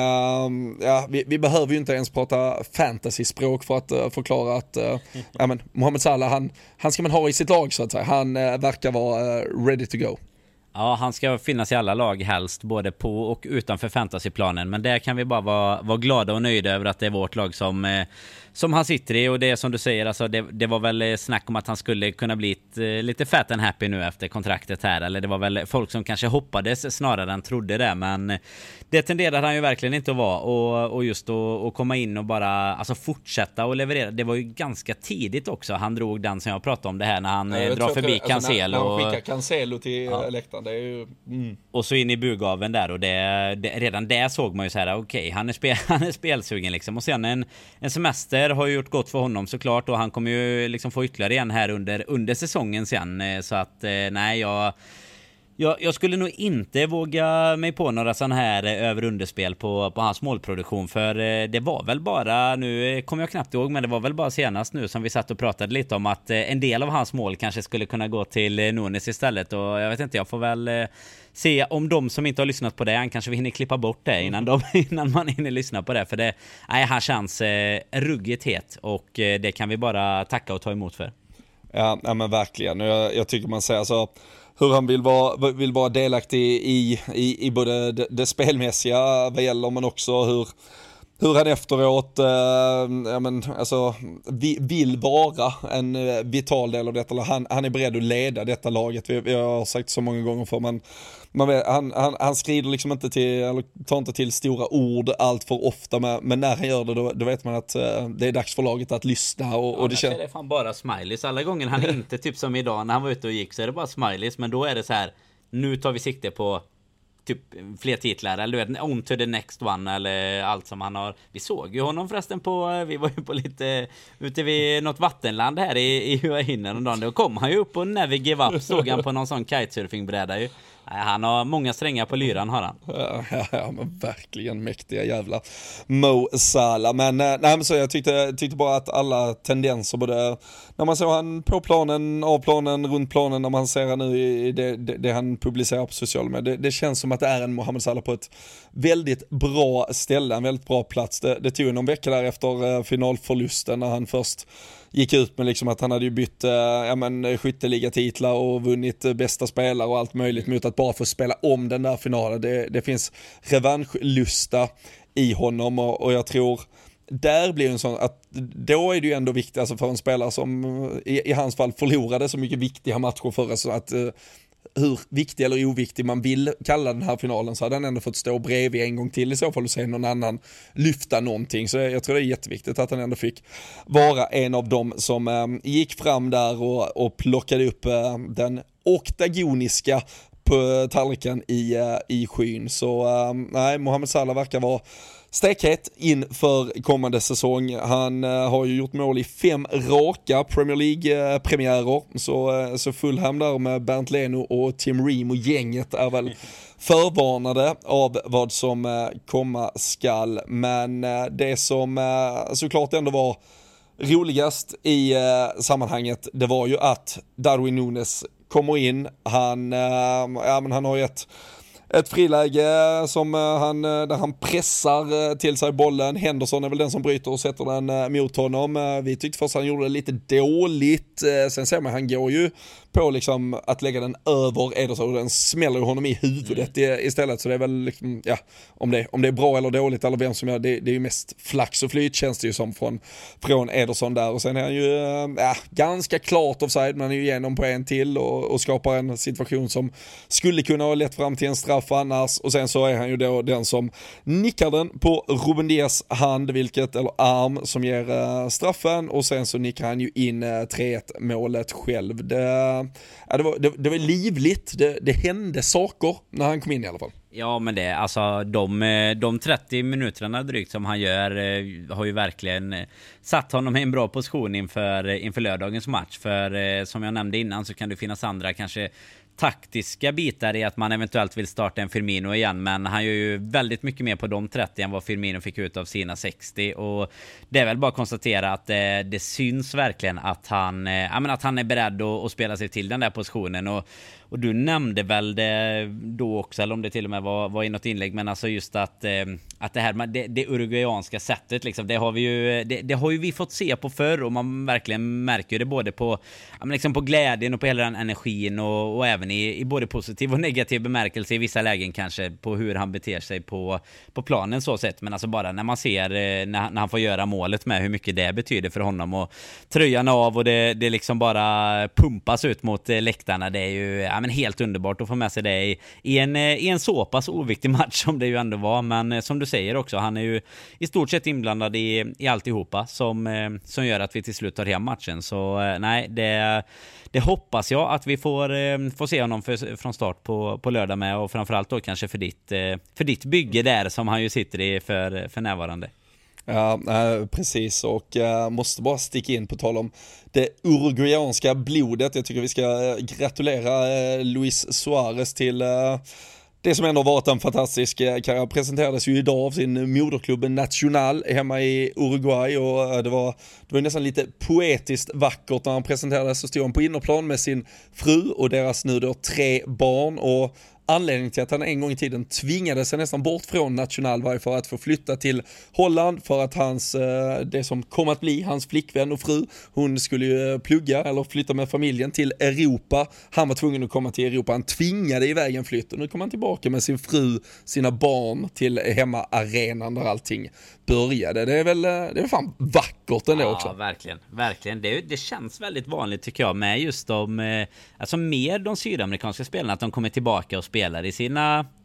ja, vi, vi behöver ju inte ens prata fantasy-språk för att förklara att ja, men Mohamed Salah, han, han ska man ha i sitt lag så att säga. Han verkar vara ready to go. Ja, han ska finnas i alla lag helst, både på och utanför fantasyplanen. Men där kan vi bara vara, vara glada och nöjda över att det är vårt lag som, eh, som han sitter i. Och det är som du säger, alltså, det, det var väl snack om att han skulle kunna bli ett, eh, lite fat and happy nu efter kontraktet här. Eller det var väl folk som kanske hoppades snarare än trodde det. Men det tenderade han ju verkligen inte att vara. Och, och just att, att komma in och bara alltså, fortsätta och leverera. Det var ju ganska tidigt också. Han drog den som jag pratade om det här när han eh, drar förbi alltså, Cancelo. När, när han skickar Cancelo till ja. läktaren. Det är ju, mm. Och så in i burgaven där, och det, det, redan där såg man ju så här: okej, okay, han, är spel, han är spelsugen liksom. Och sen en, en semester har ju gjort gott för honom såklart, och han kommer ju liksom få ytterligare igen här under, under säsongen sen. Så att nej, jag Jag, jag skulle nog inte våga mig på några sån här över-underspel på, på hans målproduktion, för det var väl bara, nu kommer jag knappt ihåg, men det var väl bara senast nu som vi satt och pratade lite om att en del av hans mål kanske skulle kunna gå till Núñez istället, och jag vet inte, jag får väl se om de som inte har lyssnat på det, han kanske vi hinner klippa bort det innan, de, innan man hinner lyssna på det, för det, nej, han känns eh, ruggigt het, och det kan vi bara tacka och ta emot för. Ja, ja men verkligen, jag, jag tycker man säger så hur han vill vara, vill vara delaktig i, i, i både det, det spelmässiga vad gäller, men också hur, hur han efteråt äh, ja, men, alltså, vi, vill vara en vital del av detta. Han, han är beredd att leda detta laget. Vi, vi har sagt så många gånger för man, man vet, han, han, han skrider liksom inte till, eller tar inte till stora ord allt för ofta, med, men när han gör det då, då vet man att äh, det är dags för laget att lyssna. Och, ja, och det känns... är fan bara smileys alla gånger. Han är inte typ som idag när han var ute och gick, så är det bara smileys, men då är det så här: nu tar vi sikte på typ fler titlar eller du vet, on to the next one eller allt som han har. Vi såg ju honom förresten på, vi var ju på lite ute vid något vattenland här i, i Hua Hinna och då kom han ju upp och never give up, såg han på någon sån kitesurfingbräda ju. Han har många strängar på lyran har han. Ja, ja, ja men verkligen mäktiga jävla Mo Salah. Men nej, men så jag tyckte, tyckte bara att alla tendenser, både när man såg han på planen, av planen, runt planen, när man ser han nu i det, det, det han publicerar på sociala medier, det, det känns som att det är en Mohamed Salah på ett väldigt bra ställe, en väldigt bra plats. Det, det tog någon vecka där efter finalförlusten när han först gick ut med liksom att han hade ju bytt äh, ja, men, skytteligatitlar och vunnit äh, bästa spelare och allt möjligt mot att bara få spela om den där finalen. Det, det finns revanschlusta i honom och, och jag tror där blir en sån att då är det ju ändå viktigt alltså för en spelare som i, i hans fall förlorade så mycket viktiga matcher förra, så att äh, hur viktig eller oviktig man vill kalla den här finalen, så hade han ändå fått stå bredvid en gång till i så fall och se någon annan lyfta någonting. Så jag tror det är jätteviktigt att han ändå fick vara en av dem som eh, gick fram där och, och plockade upp eh, den oktagoniska på tallriken i, eh, i skyn. Så eh, nej, Mohamed Salah verkar vara stekhet inför kommande säsong. Han uh, har ju gjort mål i fem raka Premier League-premiärer. Så, uh, så Fulham där med Bernd Leno och Tim Ream och gänget är väl förvarnade av vad som uh, komma skall. Men uh, det som uh, såklart ändå var roligast i uh, sammanhanget, det var ju att Darwin Núñez kommer in. Han, uh, ja, men han har ju ett Ett friläge som han, där han pressar till sig bollen. Henderson är väl den som bryter och sätter den mot honom. Vi tyckte först att han gjorde det lite dåligt. Sen ser man, han går ju på liksom att lägga den över Ederson och den smäller honom i huvudet mm. istället. Så det är väl liksom, ja, om det, om det är bra eller dåligt eller vem som gör det, det är ju mest flax och flyt känns det ju som från, från Ederson där. Och sen är han ju ja, ganska klart offside, men han är ju igenom på en till och, och skapar en situation som skulle kunna ha lett fram till en straff annars. Och sen så är han ju då den som nickar den på Ruben Dias hand, vilket, eller arm, som ger uh, straffen. Och sen så nickar han ju in uh, tre ett målet själv. Det, ja, det, var, det, det var livligt, det, det hände saker när han kom in i alla fall. Ja, men det, alltså de, de trettio minuterna drygt som han gör har ju verkligen satt honom i en bra position inför, inför lördagens match. För som jag nämnde innan så kan det finnas andra kanske taktiska bitar i att man eventuellt vill starta en Firmino igen, men han gör ju väldigt mycket mer på de trettio än vad Firmino fick ut av sina sextio, och det är väl bara att konstatera att det, det syns verkligen att han, ja, men att han är beredd att, att spela sig till den där positionen. Och, och du nämnde väl det då också, eller om det till och med var, var i något inlägg, men alltså just att, att det här det, det uruguayanska sättet liksom, det har vi ju det, det har ju vi fått se på förr, och man verkligen märker det både på, ja, men liksom på glädjen och på hela den energin, och, och även i, i både positiv och negativ bemärkelse i vissa lägen kanske på hur han beter sig på, på planen så sett. Men alltså bara när man ser när, när han får göra målet med hur mycket det betyder för honom, och tröjan av och det, det liksom bara pumpas ut mot läktarna, det är ju, ja, men helt underbart att få med sig det i, i, en, i en så pass oviktig match som det ju ändå var. Men som du säger också, han är ju i stort sett inblandad i, i alltihopa som, som gör att vi till slut tar hem matchen. Så nej, det, det hoppas jag att vi får, får se honom för, från start på, på lördag med, och framförallt då kanske för ditt, för ditt bygge där som han ju sitter i för, för närvarande. Ja, precis, och jag måste bara sticka in på tal om det uruguayanska blodet. Jag tycker vi ska gratulera Luis Suarez till det som ändå varit en fantastisk karriär. Presenterades ju idag av sin moderklubb Nacional hemma i Uruguay, och det var, det var nästan lite poetiskt vackert när han presenterades. Så stod han på innerplan med sin fru och deras nu då tre barn, och anledningen till att han en gång i tiden tvingade sig nästan bort från Nacional var för att få flytta till Holland, för att hans, det som kom att bli hans flickvän och fru, hon skulle ju plugga eller flytta med familjen till Europa. Han var tvungen att komma till Europa, han tvingade iväg en flytt, och nu kom han tillbaka med sin fru, sina barn till hemmaarenan där allting började. Det är väl, det är fan vackert ändå också. Ja, verkligen, verkligen. Det, det känns väldigt vanligt tycker jag med just de, alltså mer de sydamerikanska spelarna, att de kommer tillbaka och spelar i sina,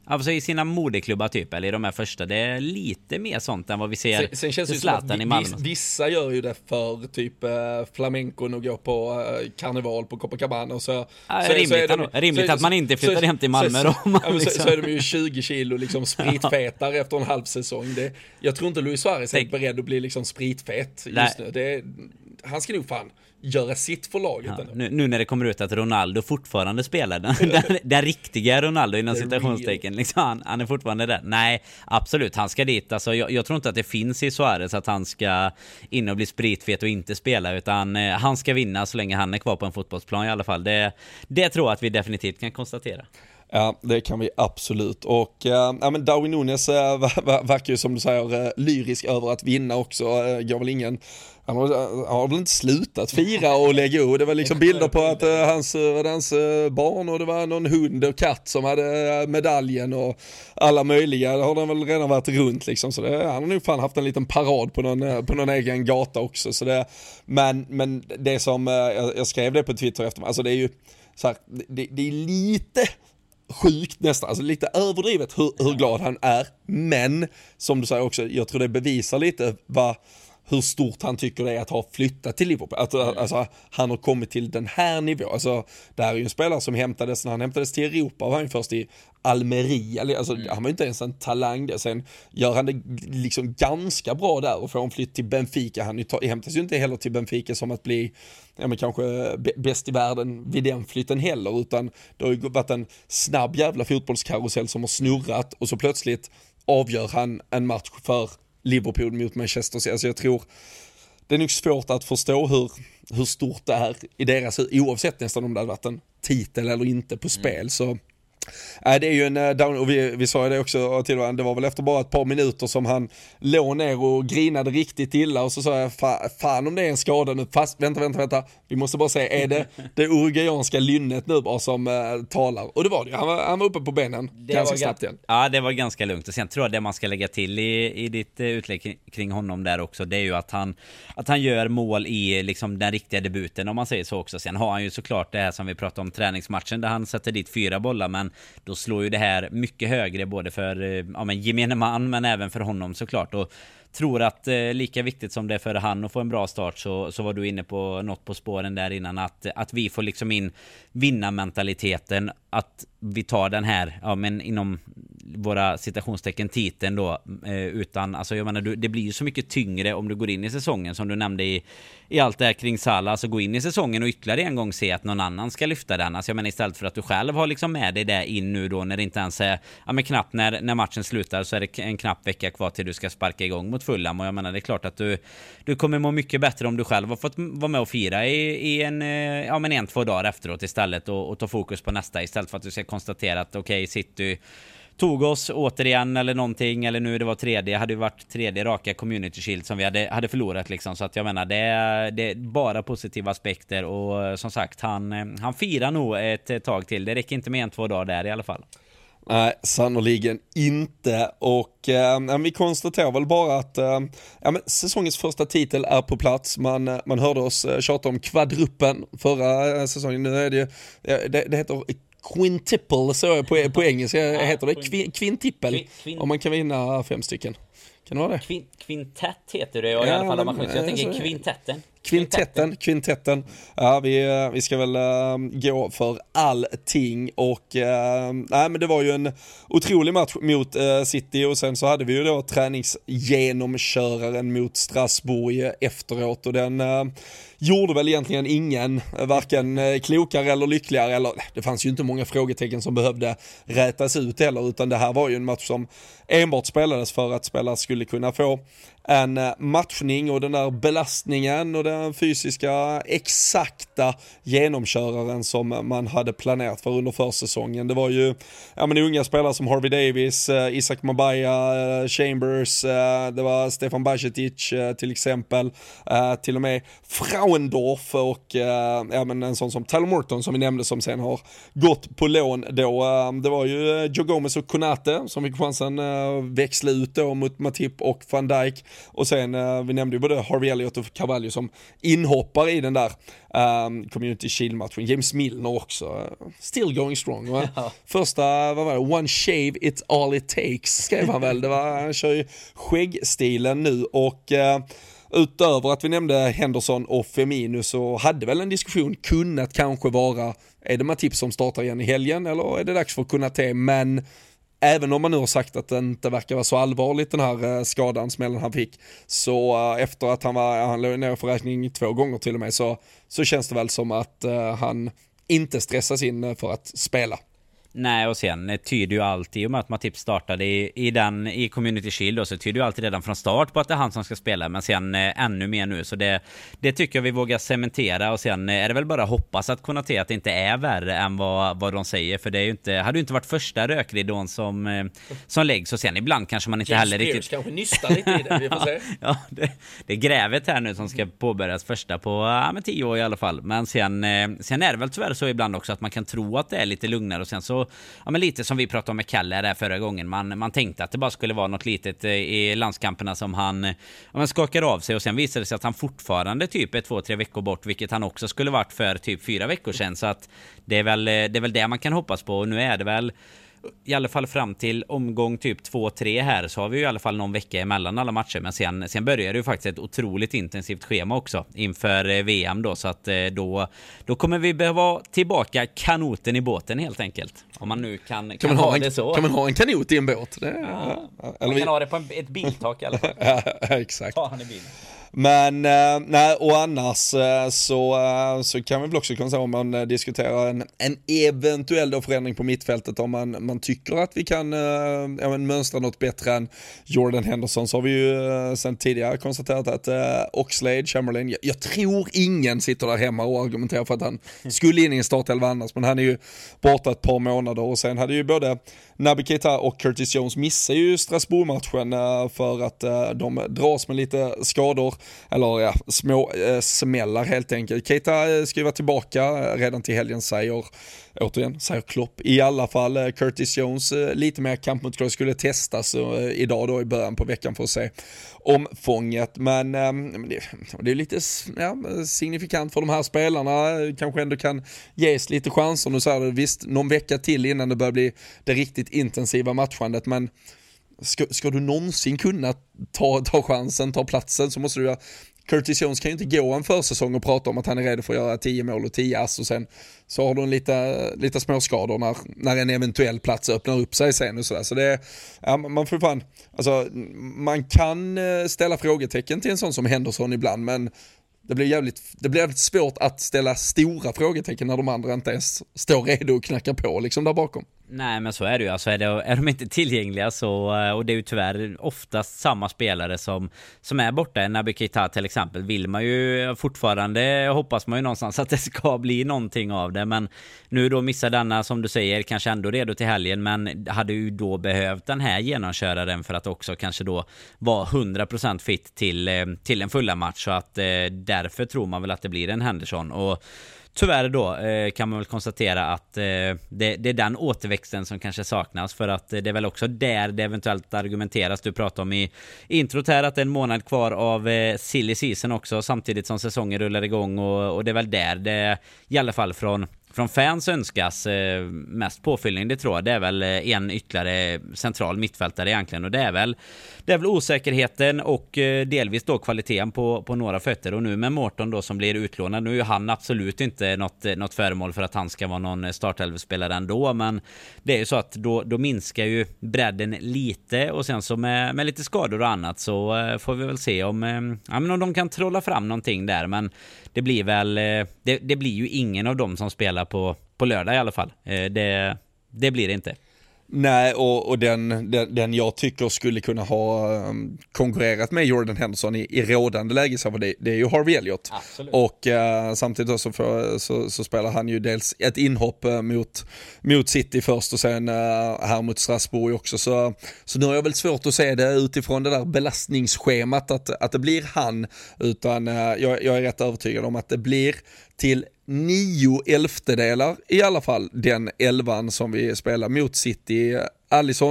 Alltså i sina moderklubbar typ, eller i de här första. Det är lite mer sånt än vad vi ser. Sen, sen känns det Zlatan som i Malmö. Viss, vissa gör ju det för typ eh, flamencon och går på eh, karneval på Copacabana och så. Ja, så, rimligt så är de, rimligt så, att man inte flyttar så, hem till Malmö så, då. Så, ja, liksom. så, så är de ju tjugo kilo liksom spritfetar efter en halv säsong. Det, jag tror inte Luis Suarez är Tänk. beredd att bli liksom spritfet just Nej. nu. Det, han ska nog fan göra sitt för laget. Ja, nu, nu när det kommer ut att Ronaldo fortfarande spelar den, den, den riktiga Ronaldo inom The citationstecken liksom, han, han är fortfarande där. Nej, absolut, han ska dit. Alltså, jag, jag tror inte att det finns i Suarez att han ska in och bli spritfet och inte spela, utan eh, han ska vinna så länge han är kvar på en fotbollsplan i alla fall. Det, det tror jag att vi definitivt kan konstatera. Ja, det kan vi absolut. Och äh, ja, men Darwin Núñez äh, verkar ju som du säger äh, lyrisk över att vinna också. Äh, går väl ingen, han har, han har väl inte slutat fira och lägga ur. Det var liksom bilder på att äh, hans, äh, hans äh, barn och det var någon hund och katt som hade äh, medaljen och alla möjliga. Det har den väl redan varit runt liksom. Så det, han har nog fan haft en liten parad på någon, äh, på någon egen gata också. Så det, men, men det som, äh, jag, jag skrev det på Twitter efter, alltså det är ju så här, det, det är lite sjukt nästan, alltså lite överdrivet hur, hur glad han är, men som du säger också, jag tror det bevisar lite vad, hur stort han tycker det är att ha flyttat till Liverpool, att, mm. alltså, han har kommit till den här nivån, alltså det här är ju en spelare som hämtades, när han hämtades till Europa var han först i Almeria, alltså mm. han var ju inte ens en talang där. Sen gör han det liksom ganska bra där och får en flytt till Benfica. Han hämtas ju inte heller till Benfica som att bli ja, men kanske bäst i världen vid den flytten heller, utan det har ju varit en snabb jävla fotbollskarusell som har snurrat och så plötsligt avgör han en match för Liverpool mot Manchester City. Alltså jag tror det är nog svårt att förstå hur, hur stort det är i deras, oavsett nästan om det hade varit en titel eller inte på spel. Mm. Så Nej, det är ju en down, och vi, vi sa det också till varandra, det var väl efter bara ett par minuter som han låg ner och grinade riktigt illa och så sa jag, fa, fan om det är en skada nu, fast vänta, vänta, vänta, vi måste bara säga, är det det uruguayanska lynnet nu bara som uh, talar? Och det var det, han var, han var uppe på benen det ganska snabbt igen. Ja, det var ganska lugnt, och sen tror jag det man ska lägga till i, i ditt uh, utlägg kring honom där också, det är ju att han, att han gör mål i liksom den riktiga debuten, om man säger så också. Sen har han ju såklart det här som vi pratade om, träningsmatchen där han sätter dit fyra bollar, men då slår ju det här mycket högre både för ja, men gemene man, men även för honom såklart. Och tror att eh, lika viktigt som det är för han att få en bra start, så, så var du inne på något på spåren där innan, att, att vi får liksom in vinna mentaliteten, att vi tar den här, ja men inom våra citationstecken titeln då, eh, utan, alltså jag menar, du, det blir ju så mycket tyngre om du går in i säsongen, som du nämnde i, i allt det här kring Salah, alltså gå in i säsongen och ytterligare en gång se att någon annan ska lyfta den, alltså jag menar, istället för att du själv har liksom med dig det in nu då, när det inte ens är, ja men knappt när, när matchen slutar, så är det en knapp vecka kvar till du ska sparka igång mot Fulham, och jag menar, det är klart att du, du kommer må mycket bättre om du själv har fått vara med och fira i, i en, ja men en, två dagar efteråt istället, och, och ta fokus på nästa, istället för att du ska konstatera att okej, okay, City tog oss återigen eller någonting, eller nu det var tredje, hade ju varit tredje raka Community Shield som vi hade, hade förlorat liksom, så att jag menar, det är, det är bara positiva aspekter, och som sagt, han, han firar nog ett tag till, det räcker inte med en, två dagar där i alla fall. Nej, sannoliken inte, och eh, vi konstaterar väl bara att eh, ja, men säsongens första titel är på plats. Man, man hörde oss eh, tjata om kvadruppen förra eh, säsongen, nu är det ju, det, det heter quintuple, så på, på engelska ja, heter det Kvin, quintippel, kvin, kvin. Om man kan vinna fem stycken. Kan det vara det? Kvin, kvintett heter det ja, i alla fall, men, man, så jag tänker kvintetten. Kvintetten, kvintetten. Ja, vi, vi ska väl uh, gå för allting, och uh, nej, men det var ju en otrolig match mot uh, City, och sen så hade vi ju då träningsgenomköraren mot Strasbourg efteråt, och den uh, gjorde väl egentligen ingen varken uh, klokare eller lyckligare, eller det fanns ju inte många frågetecken som behövde rätas ut heller, utan det här var ju en match som enbart spelades för att spelare skulle kunna få en matchning, och den där belastningen och den fysiska exakta genomköraren som man hade planerat för under försäsongen. Det var ju ja, men unga spelare som Harvey Davis, eh, Isaac Mabaya, eh, Chambers, eh, det var Stefan Bajcetic eh, till exempel, eh, till och med Frauendorf och eh, ja, men en sån som Tyler Morton som vi nämnde, som sen har gått på lån då. Eh, det var ju Joe Gomez och Konate som fick chansen eh, växla ut då mot Matip och Van Dijk. Och sen, uh, vi nämnde ju både Harvey Elliott och Carvalho som inhoppar i den där um, Community Shield-matchen. James Milner också, uh, still going strong. Va? Ja. Första, vad var det? One shave, it's all it takes, skrev han väl. Det var, han kör ju skäggstilen nu och uh, utöver att vi nämnde Henderson och Firmino så hade väl en diskussion kunnat kanske vara, är det Matip som startar igen i helgen eller är det dags för Konaté? Men även om man nu har sagt att det inte verkar vara så allvarligt den här skadan smällen han fick, så efter att han var, han låg ner för räkning två gånger till och med, så, så känns det väl som att uh, han inte stressas in för att spela. Nej, och sen tyder ju alltid, i och med att Matip startade i, i den i Community Shield då, så tyder ju alltid redan från start på att det är han som ska spela, men sen eh, ännu mer nu, så det, det tycker jag vi vågar cementera. Och sen är det väl bara hoppas att Konaté att det inte är värre än vad, vad de säger, för det är ju inte, hade ju inte varit första rökridån som, eh, som läggs, och sen ibland kanske man inte James heller Spears riktigt kanske nystar lite i det, vi får se. ja, det, det är grävet här nu som ska påbörjas första på ja, men tio år i alla fall, men sen, eh, sen är det väl tyvärr så ibland också att man kan tro att det är lite lugnare, och sen så ja, men lite som vi pratade om med Kalle där förra gången. Man, man tänkte att det bara skulle vara något litet i landskamperna som han ja, men skakar av sig, och sen visade det sig att han fortfarande typ är två, tre veckor bort, vilket han också skulle varit för typ fyra veckor sedan. Så att det är väl det, är väl det man kan hoppas på. Och nu är det väl i alla fall fram till omgång typ två tre här, så har vi ju i alla fall någon vecka emellan alla matcher, men sen, sen börjar det ju faktiskt ett otroligt intensivt schema också inför V M då, så att då, då kommer vi behöva tillbaka kanoten i båten helt enkelt, om man nu kan, kan, kan man ha, ha en, det så. Kan man ha en kanot i en båt? Det, ja, ja, man kan vi... ha det på en, ett biltak i alla fall. ja, exakt. Ta han i bilen. Men eh, nej, och annars eh, så, eh, så kan vi väl också kunna säga, om man eh, diskuterar en, en eventuell då förändring på mittfältet, om man, man tycker att vi kan eh, ja, men mönstra något bättre än Jordan Henderson, så har vi ju eh, sedan tidigare konstaterat att eh, Oxlade, Chamberlain, jag, jag tror ingen sitter där hemma och argumenterar för att han skulle in i en startelva annars, men han är ju borta ett par månader, och sen hade ju både Naby Keita och Curtis Jones missar ju Strasbourg-matchen eh, för att eh, de dras med lite skador, eller ja, små eh, smällar helt enkelt. Keita eh, ska ju vara tillbaka redan till helgen, säger återigen, säger Klopp. I alla fall eh, Curtis Jones eh, lite mer kamp mot Klopp skulle testas eh, idag då i början på veckan för att se omfånget, men eh, det, det är lite ja, signifikant för de här spelarna, kanske ändå kan ges lite chanser. Nu säger det visst någon vecka till innan det börjar bli det riktigt intensiva matchandet, men Ska, ska du någonsin kunna ta, ta chansen, ta platsen, så måste du. Curtis Jones kan ju inte gå en försäsong och prata om att han är redo för att göra tio mål och tio ass, och sen så har du en lite, lite småskador när, när en eventuell plats öppnar upp sig sen och sådär. Så det ja, man får fan, alltså man kan ställa frågetecken till en sån som Henderson ibland, men det blir jävligt, det blir jävligt svårt att ställa stora frågetecken när de andra inte ens står redo och knackar på liksom där bakom. Nej, men så är det ju. Alltså är, det, är de inte tillgängliga så, och det är ju tyvärr oftast samma spelare som, som är borta. Naby Keita till exempel vill man ju fortfarande, hoppas man ju någonstans att det ska bli någonting av det, men nu då missar denna, som du säger, kanske ändå redo till helgen, men hade ju då behövt den här genomköraren för att också kanske då vara hundra procent fit till, till en fulla match, så att därför tror man väl att det blir en Henderson. Och tyvärr då eh, kan man väl konstatera att eh, det, det är den återväxten som kanske saknas, för att eh, det är väl också där det eventuellt argumenteras. Du pratade om i introt här att det är en månad kvar av eh, silly season också, samtidigt som säsongen rullar igång, och, och det är väl där det i alla fall från Från fans önskas eh, mest påfyllning, det tror jag. Det är väl en ytterligare central mittfältare egentligen, och det är väl, det är väl osäkerheten och eh, delvis då kvaliteten på, på några fötter. Och nu med Morton då som blir utlånad, nu är han absolut inte något, något föremål för att han ska vara någon startelvspelare ändå, men det är ju så att då, då minskar ju bredden lite, och sen så med, med lite skador och annat så eh, får vi väl se om, eh, ja, men om de kan trolla fram någonting där, men det blir väl eh, det, det blir ju ingen av dem som spelar på, på lördag i alla fall. Eh, det, det blir det inte. Nej, och, och den, den, den jag tycker skulle kunna ha um, konkurrerat med Jordan Henderson i, i rådande läge, så det, det är ju Harvey Elliott. Absolut. Och uh, samtidigt också för, så, så spelar han ju dels ett inhopp uh, mot, mot City först, och sen uh, här mot Strasbourg också. Så, så nu har jag väl svårt att se det utifrån det där belastningsschemat att, att det blir han, utan uh, jag, jag är rätt övertygad om att det blir till nio elftedelar i alla fall den elvan som vi spelar mot City. Alisson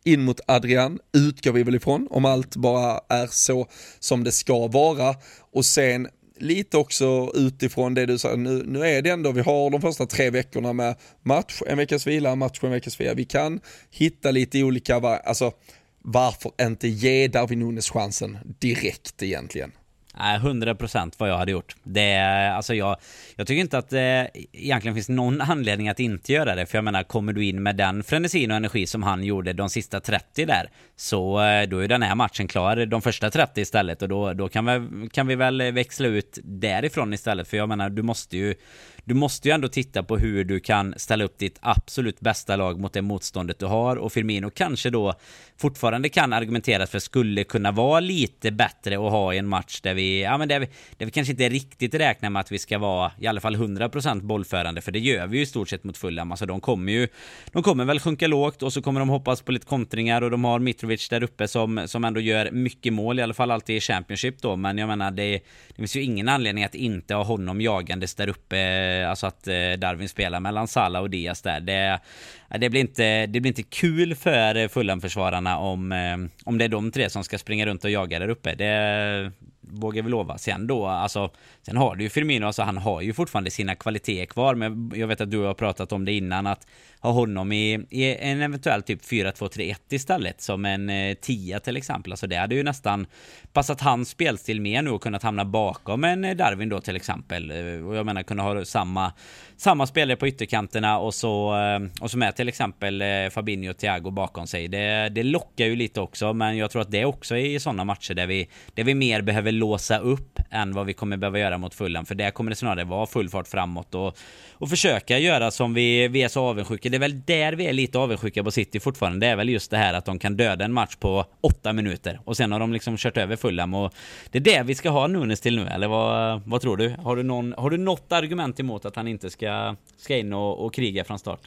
in mot Adrian, utgår vi väl ifrån, om allt bara är så som det ska vara. Och sen lite också utifrån det du sa, nu, nu är det ändå, vi har de första tre veckorna med match, en veckas vila, match, en veckas vila. Vi kan hitta lite olika, alltså varför inte ge Darwin Núñez chansen direkt egentligen? Nej, hundra procent vad jag hade gjort. Det, alltså jag, jag tycker inte att det egentligen finns någon anledning att inte göra det. För jag menar, kommer du in med den frenesin och energi som han gjorde de sista trettio där, så då är den här matchen klar de första trettio istället. Och då, då kan, vi, kan vi väl växla ut därifrån istället. För jag menar, du måste ju Du måste ju ändå titta på hur du kan ställa upp ditt absolut bästa lag mot det motståndet du har. Och Firmino kanske då fortfarande kan argumenteras för skulle kunna vara lite bättre att ha i en match där vi, ja, men där vi, där vi kanske inte riktigt räknar med att vi ska vara i alla fall hundra procent bollförande. För det gör vi ju i stort sett mot Fulham. Alltså de kommer ju, de kommer väl sjunka lågt och så kommer de hoppas på lite kontringar. Och de har Mitrovic där uppe som, som ändå gör mycket mål, i alla fall alltid i Championship då. Men jag menar, det, det finns ju ingen anledning att inte ha honom jagandes där uppe. Alltså att Darwin spelar mellan Salah och Diaz där. Det, det, blir inte, det blir inte kul för Fulham-försvararna om, om det är de tre som ska springa runt och jaga där uppe. Det vågar vi lova. Sen då, alltså, sen har du ju Firmino, alltså han har ju fortfarande sina kvaliteter kvar, men jag vet att du har pratat om det innan, att ha honom i, i en eventuell typ fyra två tre ett istället som en eh, tia till exempel. Alltså det hade ju nästan passat hans spelstil mer nu och kunnat hamna bakom en Darwin då till exempel. Och jag menar kunna ha samma, samma spelare på ytterkanterna och så, och så med till exempel Fabinho och Thiago bakom sig. Det, det lockar ju lite också, men jag tror att det också är i sådana matcher där vi, där vi mer behöver låsa upp än vad vi kommer behöva göra mot Fulham. För där kommer det snarare vara full fart framåt och, och försöka göra som vi, vi är så avundsjuka. Det är väl där vi är lite avundsjuka på City fortfarande. Det är väl just det här att de kan döda en match på åtta minuter och sen har de liksom kört över Fulham, och det är det vi ska ha Núñez till nu, eller vad, vad tror du? Har du, någon, har du något argument emot att han inte ska, ska in och, och kriga från start?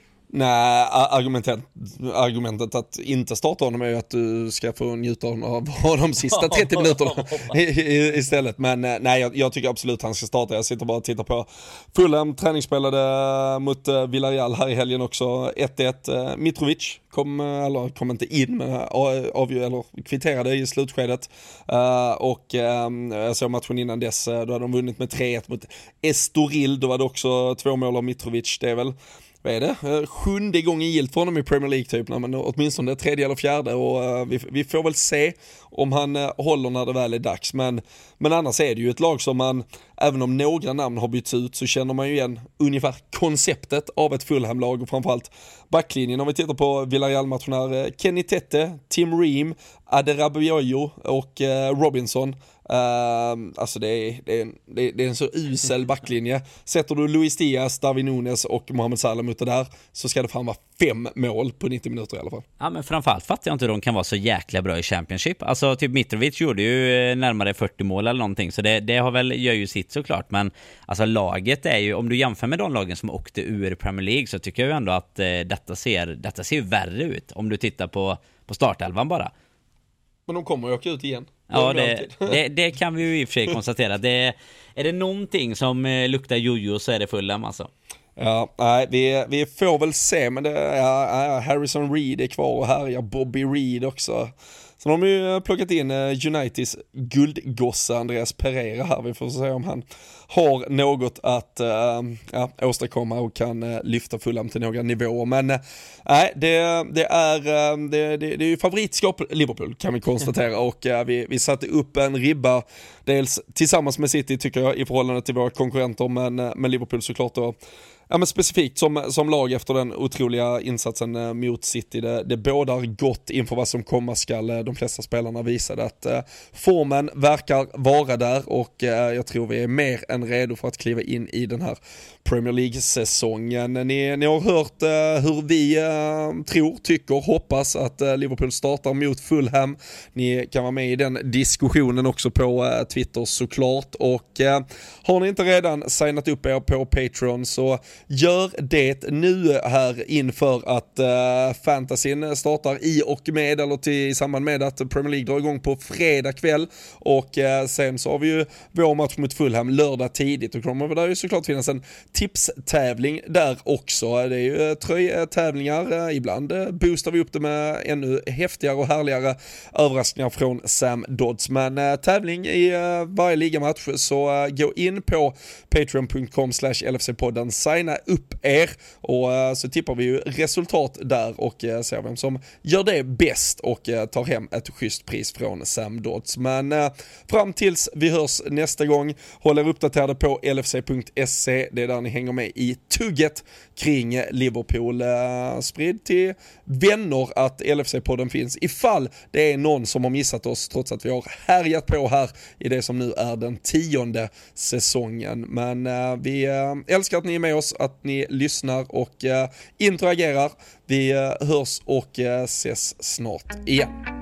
Nej, argumentet, argumentet att inte starta honom är ju att du ska få njuta av de sista trettio minuterna istället. Men nej, jag, jag tycker absolut han ska starta. Jag sitter bara och tittar på Fulham träningsspelade mot Villarreal här i helgen också. ett ett. Mitrovic kom, eller kom inte in, men av, eller kvitterade i slutskedet. Uh, och um, jag såg matchen innan dess, då hade de vunnit med tre ett mot Estoril. Då var det också två mål av Mitrovic. Det är väl, vad är det? Sjunde gången gilt för honom i Premier League typ, men åtminstone tredje eller fjärde, och uh, vi, vi får väl se om han uh, håller när det väl är dags. Men, men annars är det ju ett lag som man, även om några namn har bytts ut, så känner man ju igen ungefär konceptet av ett Fulham-lag, och framförallt backlinjen. Om vi tittar på Villarreal-matchen här, Kenny Tete, Tim Ream, Aderabioyo och uh, Robinson. Uh, alltså det är, det, är en, det, är, det är en så usel backlinje. Sätter du Luis Diaz, Darwin Núñez och Mohamed Salah mot det där, så ska det fan vara fem mål på nittio minuter i alla fall. Ja, men framförallt fattar jag inte hur de kan vara så jäkla bra i Championship. Alltså typ Mitrovic gjorde ju närmare fyrtio mål eller någonting, så det, det har väl, gör ju sitt såklart. Men alltså laget är ju, om du jämför med de lagen som åkte ur Premier League, så tycker jag ju ändå att eh, detta ser detta ser ju värre ut om du tittar på, på startelvan bara. Men de kommer ju åka ut igen. Ja, det, det, det kan vi ju i och för sig konstatera. Det, är det någonting som eh, luktar jojo, så är det Fulham alltså. Ja, nej, vi, vi får väl se, men det är, Harrison Reed är kvar och här är Bobby Reed också. Så de har ju plockat in Uniteds guldgossa Andreas Pereira här. Vi får se om han har något att äh, ja, åstadkomma och kan äh, lyfta Fulham till några nivåer. Men nej, äh, det, det, är, det, det, det är ju favoritskap Liverpool, kan vi konstatera. Och äh, vi, vi satte upp en ribba, dels tillsammans med City tycker jag, i förhållande till våra konkurrenter, men, men Liverpool såklart då. Ja, men specifikt som, som lag efter den otroliga insatsen mot City. Det, det bådar gott inför vad som komma skall. De flesta spelarna visade att eh, formen verkar vara där, och eh, jag tror vi är mer än redo för att kliva in i den här Premier League-säsongen. Ni, ni har hört eh, hur vi eh, tror, tycker, hoppas att eh, Liverpool startar mot Fulham. Ni kan vara med i den diskussionen också på eh, Twitter såklart, och eh, har ni inte redan signat upp er på Patreon, så gör det nu här inför att uh, fantasyn startar i och med, eller till, i samband med med att Premier League drar igång på fredag kväll och eh, sen så har vi ju vår match mot Fulham lördag tidigt och kommer det ju såklart finnas en tipstävling där också. Det är ju tröjtävlingar, ibland boostar vi upp det med ännu häftigare och härligare överraskningar från Sam Dodds, men äh, tävling i äh, varje ligamatch, så äh, gå in på patreon punkt com slash L F C podden, signa upp er och äh, så tippar vi ju resultat där och äh, ser vem som gör det bäst och äh, tar hem ett schysst pris från Sam Dodds. Men äh, fram tills vi hörs nästa gång, håll er uppdaterade på L F C punkt se, det är där ni hänger med i tugget kring Liverpool. Äh, sprid till vänner att L F C-podden finns ifall det är någon som har missat oss trots att vi har härjat på här i det som nu är den tionde säsongen. Men äh, vi äh, älskar att ni är med oss, att ni lyssnar och äh, interagerar. Vi äh, hörs och äh, ses snart igen.